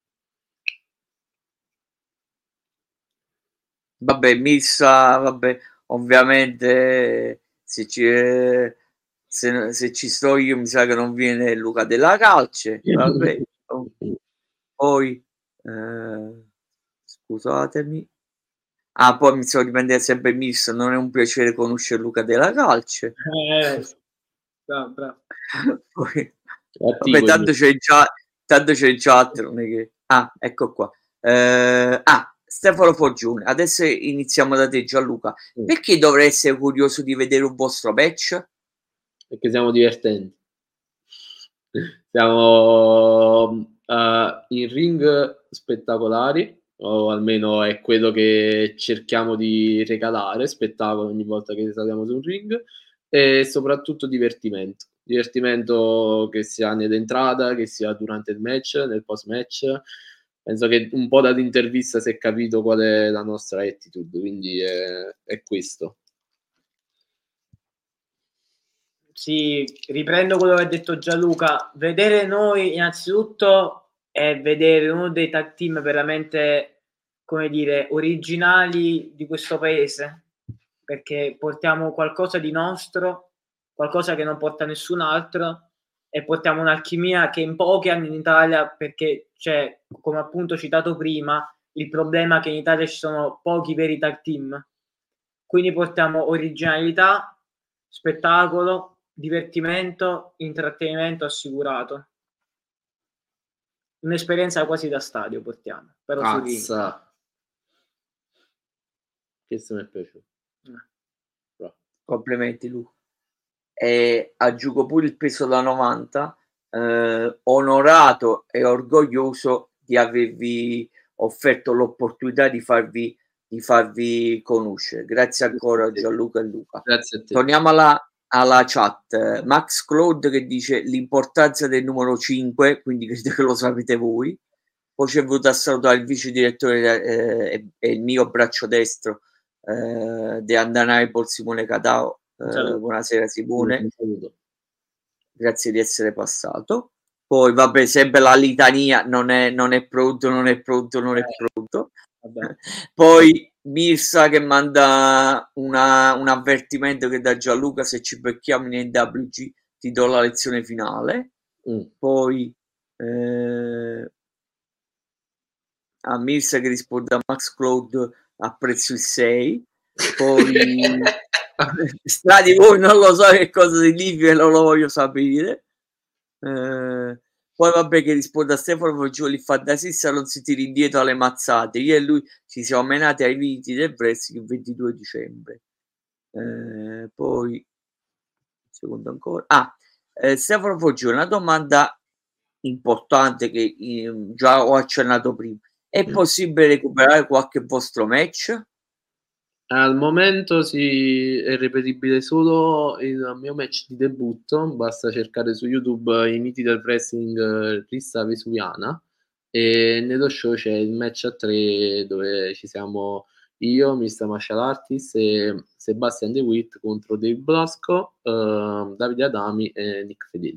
Vabbè, Missa, vabbè, ovviamente se ci sto io mi sa che non viene Luca della Calce, vabbè. Poi scusatemi, poi mi sto riprendendo sempre Missa, non è un piacere conoscere Luca della Calce. Bravo. Poi, vabbè, tanto c'è in chat, non è che... ecco qua. Stefano Foggione, adesso iniziamo da te Gianluca. Perché dovrei essere curioso di vedere un vostro match? Perché siamo divertenti. Siamo in ring spettacolari, o almeno è quello che cerchiamo di regalare, spettacolo ogni volta che saliamo su un ring, e soprattutto divertimento. Divertimento che sia nell'entrata, che sia durante il match, nel post match. Penso che un po' dall'intervista si è capito qual è la nostra attitude, quindi è questo. Sì, riprendo quello che ha detto Gianluca. Vedere noi innanzitutto è vedere uno dei tag team veramente, come dire, originali di questo paese, perché portiamo qualcosa di nostro, qualcosa che non porta nessun altro, e portiamo un'alchimia che in pochi hanno in Italia, perché c'è, come appunto citato prima, il problema che in Italia ci sono pochi veri tag team. Quindi portiamo originalità, spettacolo, divertimento, intrattenimento assicurato. Un'esperienza quasi da stadio portiamo, però su ring. Questo mi è piaciuto. Complimenti Luca. E aggiungo pure il peso da 90, onorato e orgoglioso di avervi offerto l'opportunità di farvi conoscere. Grazie ancora Gianluca e Luca. Grazie a te. Torniamo alla chat. Max Claude che dice l'importanza del numero 5, quindi credo che lo sapete voi. Poi ci è voluto a salutare il vice direttore e il mio braccio destro di Undeniable Simone Catao. Buonasera Simone, grazie di essere passato. Poi vabbè, sempre la litania, non è pronto. Vabbè. Poi Mirsa che manda un avvertimento che da Gianluca: se ci becchiamo in NWG ti do la lezione finale. Poi a Mirsa che risponde a Max Claude: apprezzo il 6. Poi sta di voi, non lo so che cosa significa e non lo voglio sapere. Poi vabbè, che risponde a Stefano Foggioli: fantasista, non si tiri indietro alle mazzate. Io e lui ci siamo menati ai vinti del wrestling il 22 dicembre. Poi secondo ancora Stefano Foggioli, una domanda importante che già ho accennato prima: è possibile recuperare qualche vostro match? Al momento sì, è ripetibile solo il mio match di debutto, basta cercare su YouTube i miti del wrestling Crista Vesuviana, e nello show c'è il match a 3 dove ci siamo io, Mr. Martial Artist e Sebastian De Witt contro Dave Blasco, Davide Adami e Nick Fedeli.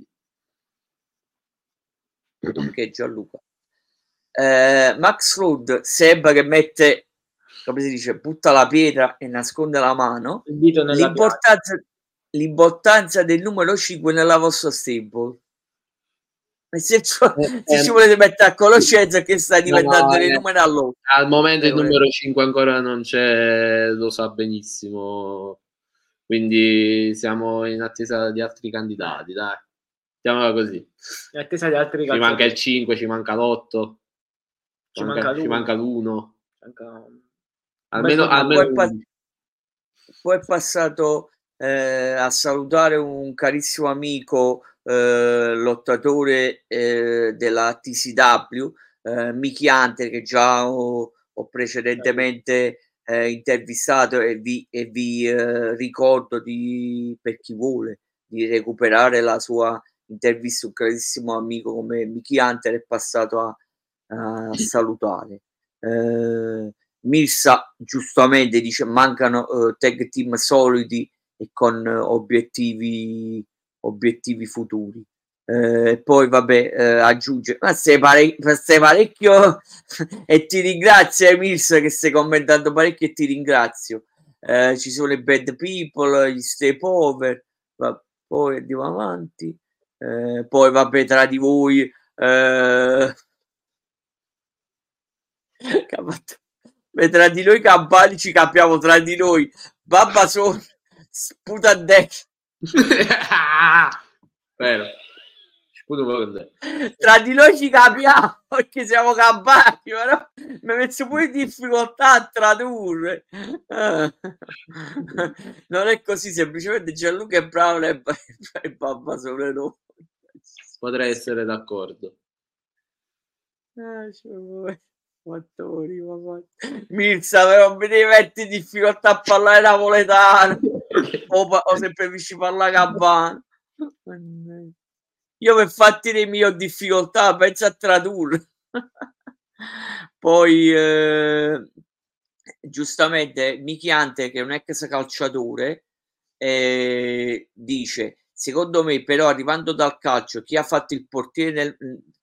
Ok, Gianluca. Max Rudd, Seb che mette, come si dice, butta la pietra e nasconde la mano. L'importanza del numero 5 nella vostra stable. Se ci volete mettere a conoscenza che sta diventando dei numeri all'otto. Al momento il numero 5 ancora non c'è, lo sa benissimo, quindi siamo in attesa di altri candidati, dai. Mettiamola così. In attesa di altri ci manca il 5, ci manca l'8, ci manca l'1. Almeno poi è passato a salutare un carissimo amico lottatore della TCW, Mickey Hunter, che già ho precedentemente intervistato, e vi ricordo per chi vuole di recuperare la sua intervista. Un carissimo amico come Mickey Hunter è passato a salutare. Mirsa giustamente dice mancano tag team solidi e con obiettivi futuri. Poi vabbè, aggiunge: ma sei parecchio e ti ringrazio Mirsa, che stai commentando parecchio e ti ringrazio. Ci sono i Bad People, gli Stay Over, poi andiamo avanti. Poi vabbè, tra di voi tra di noi campani ci capiamo tra di noi. Babba sono sputa a destra. Vero. Tra di noi ci capiamo perché siamo campani, però mi ha messo pure in difficoltà a tradurre. Non è così, semplicemente Gianluca è bravo e Babba sono noi. potrei essere d'accordo. Mirza, però mi devi mettere in difficoltà a parlare napoletano o se preferisci parlare cabano. Io per fatti dei miei ho difficoltà, penso a tradurre. Poi giustamente Michiante, che è un ex calciatore, dice: secondo me però arrivando dal calcio, chi ha fatto il portiere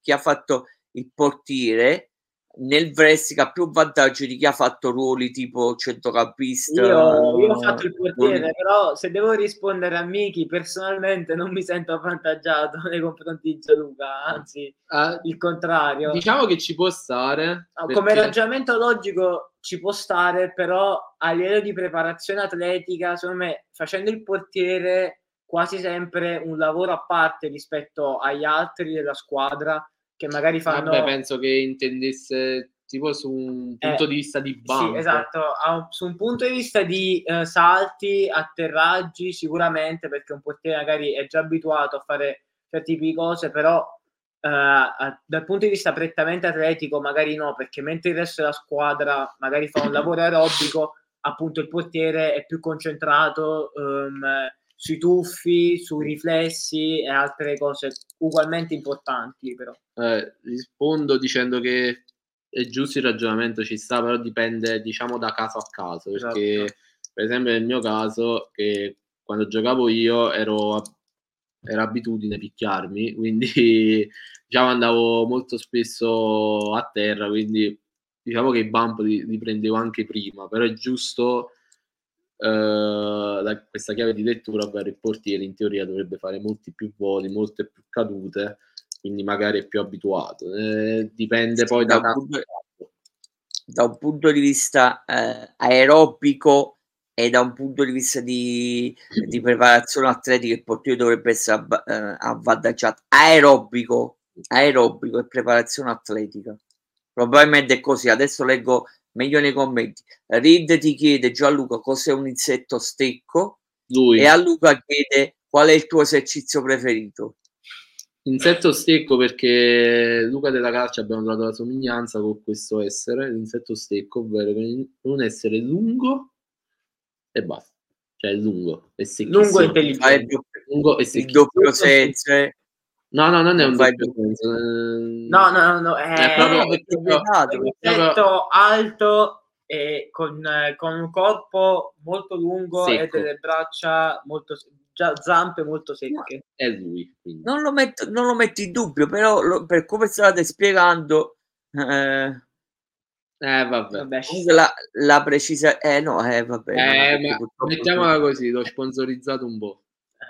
nel wrestling ha più vantaggio di chi ha fatto ruoli tipo centrocampista. Io ho fatto il portiere, però se devo rispondere a Miki, personalmente non mi sento avvantaggiato nei confronti di Gianluca, anzi il contrario. Diciamo che ci può stare. Come ragionamento logico ci può stare, però a livello di preparazione atletica, secondo me, facendo il portiere quasi sempre un lavoro a parte rispetto agli altri della squadra, che magari fanno... Vabbè, penso che intendesse tipo su un punto di vista di bump. Sì, esatto, su un punto di vista di salti, atterraggi, sicuramente, perché un portiere magari è già abituato a fare certi tipi di cose, però dal punto di vista prettamente atletico magari no, perché mentre il resto della squadra magari fa un lavoro aerobico, appunto il portiere è più concentrato sui tuffi, sui riflessi e altre cose ugualmente importanti. Però rispondo dicendo che è giusto il ragionamento, ci sta, però dipende, diciamo, da caso a caso, perché esatto. Per esempio nel mio caso, che quando giocavo io era abitudine picchiarmi, quindi diciamo andavo molto spesso a terra, quindi diciamo che i bump li prendevo anche prima, però è giusto questa chiave di lettura, ovvero il portiere in teoria dovrebbe fare molti più voli, molte più cadute, quindi magari è più abituato. Dipende poi da un punto di vista aerobico e da un punto di vista di preparazione atletica il portiere dovrebbe essere avvantaggiato. Aerobico e preparazione atletica probabilmente è così. Adesso leggo meglio nei commenti. Reed ti chiede: Gianluca, cos'è un insetto stecco? E a Luca chiede: qual è il tuo esercizio preferito? Insetto stecco, perché Luca della Calcia abbiamo trovato la somiglianza con questo essere, l'insetto stecco, ovvero un essere lungo e basta, cioè lungo e secchissimo. Lungo e intelligente. Lungo e il doppio senso. No, non è un doppio senso. No, è proprio perché un insetto alto e con un corpo molto lungo secco. E delle braccia molto zampe molto secche. È lui, quindi. Non lo metto in dubbio, però per come state spiegando vabbè. Comunque la precisa vabbè, ma mettiamola così, l'ho sponsorizzato un po'.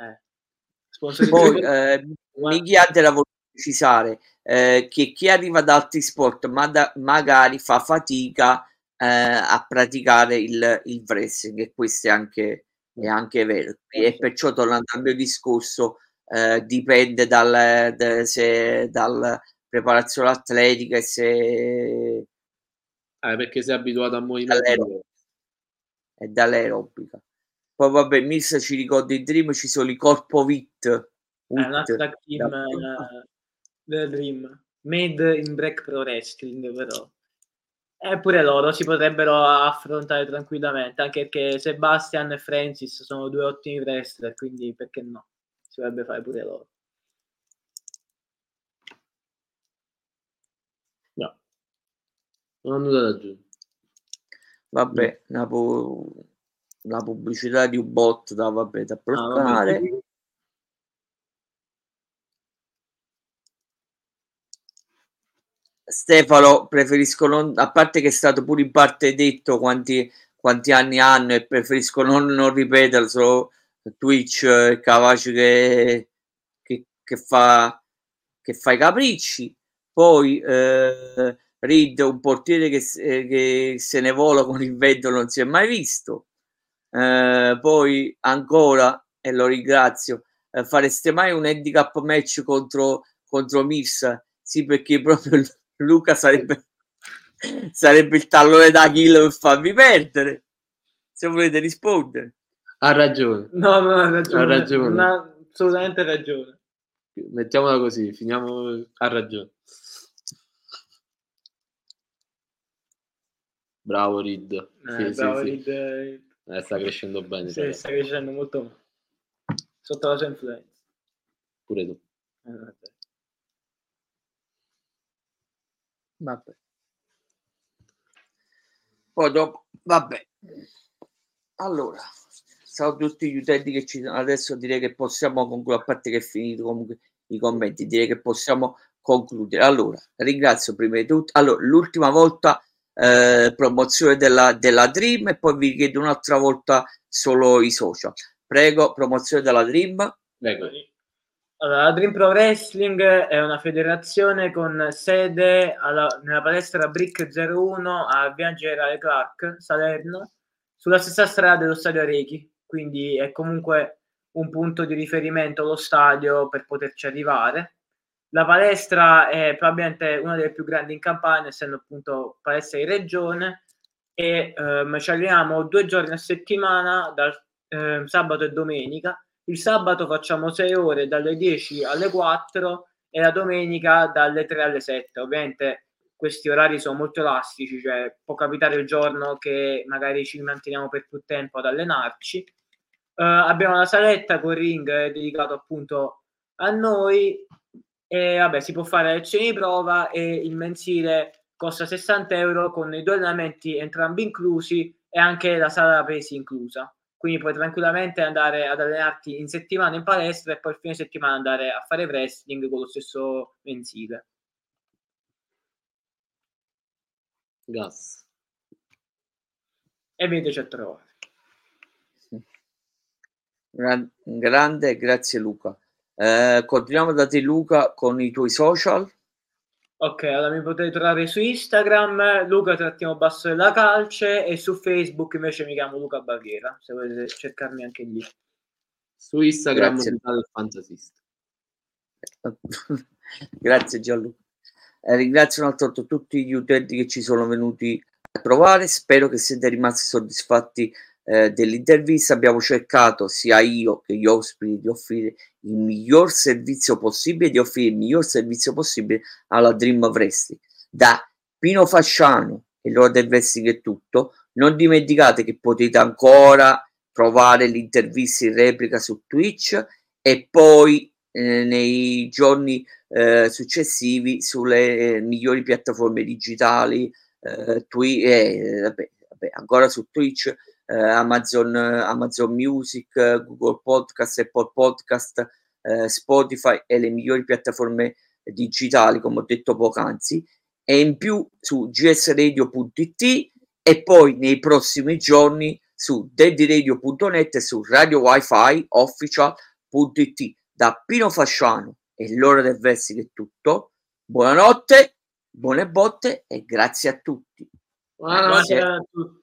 Poi Michiante la voglio precisare che chi arriva da altri sport magari fa fatica a praticare il wrestling, e questo è anche vero, e perciò, tornando al mio discorso, dipende dalla preparazione atletica e perché sei abituato a movimento e dall'aerobica. Poi vabbè, Mirza ci ricorda in Dream ci sono i Corpo Vit, una tag team del Dream made in Break Pro Wrestling, però pure loro si potrebbero affrontare tranquillamente, anche perché Sebastian e Francis sono due ottimi wrestler, quindi perché no, si dovrebbe fare pure loro. No, non ho nulla da aggiungere. Vabbè, la pubblicità di un bot da bloccare. Stefano, preferisco non, a parte che è stato pure in parte detto quanti anni hanno, e preferisco non ripeterlo, solo Twitch capace che fa i capricci. Poi Reed, un portiere che se ne vola con il vento, non si è mai visto. Poi ancora, e lo ringrazio, fareste mai un handicap match contro Mirsa? Sì, perché proprio Luca sarebbe il tallone d'Achille per farvi perdere, se volete rispondere. Ha ragione. No, ha ragione. Non ha assolutamente ragione. Mettiamola così, finiamo a ragione. Bravo Reed. Bravo Reed. Sta crescendo bene. Sì, sta crescendo molto sotto la sua influenza. Pure tu. Vabbè. Poi dopo, vabbè. Allora, saluto tutti gli utenti che ci sono. Adesso direi che possiamo concludere, a parte che è finito comunque i commenti, direi che possiamo concludere. Allora, ringrazio prima di tutto. Allora, l'ultima volta promozione della Dream, e poi vi chiedo un'altra volta solo i social. Prego, promozione della Dream. Prego. Allora, la Dream Pro Wrestling è una federazione con sede nella palestra Brick 01 a Via Generale Clark, Salerno, sulla stessa strada dello stadio Arechi, quindi è comunque un punto di riferimento lo stadio per poterci arrivare. La palestra è probabilmente una delle più grandi in Campania, essendo appunto palestra di regione, e ci alleniamo 2 giorni a settimana, dal sabato e domenica. Il sabato facciamo 6 ore dalle 10 alle 4 e la domenica dalle 3 alle 7. Ovviamente questi orari sono molto elastici, cioè può capitare il giorno che magari ci manteniamo per più tempo ad allenarci. Abbiamo la saletta con ring dedicato appunto a noi, e vabbè, si può fare lezioni di prova, e il mensile costa 60 euro con i 2 allenamenti entrambi inclusi e anche la sala pesi inclusa. Quindi puoi tranquillamente andare ad allenarti in settimana in palestra e poi il fine settimana andare a fare wrestling con lo stesso mensile. Gas. E veniteci a trovare. Grande, grazie Luca. Continuiamo da te Luca con i tuoi social. Ok, allora mi potete trovare su Instagram Luca_basso della calce, e su Facebook invece mi chiamo Luca Baviera, se volete cercarmi anche lì. Su Instagram Grazie. il fantasista. Grazie Gianluca. Ringrazio un altro tutti gli utenti che ci sono venuti a trovare. Spero che siete rimasti soddisfatti dell'intervista. Abbiamo cercato, sia io che gli ospiti, di offrire il miglior servizio possibile, alla Dream Wrestling. Da Pino Fasciano e l'ora del wrestling è tutto. Non dimenticate che potete ancora trovare l'intervista in replica su Twitch, e poi nei giorni successivi sulle migliori piattaforme digitali, ancora su Twitch, Amazon Music, Google Podcast, Apple Podcast, Spotify e le migliori piattaforme digitali, come ho detto poc'anzi, e in più su gsradio.it, e poi nei prossimi giorni su daddyradio.net e su Radio Wi-Fi Official.it. Da Pino Fasciano e l'ora del wrestling è tutto. Buonanotte, buone botte e grazie a tutti. Buonanotte a tutti.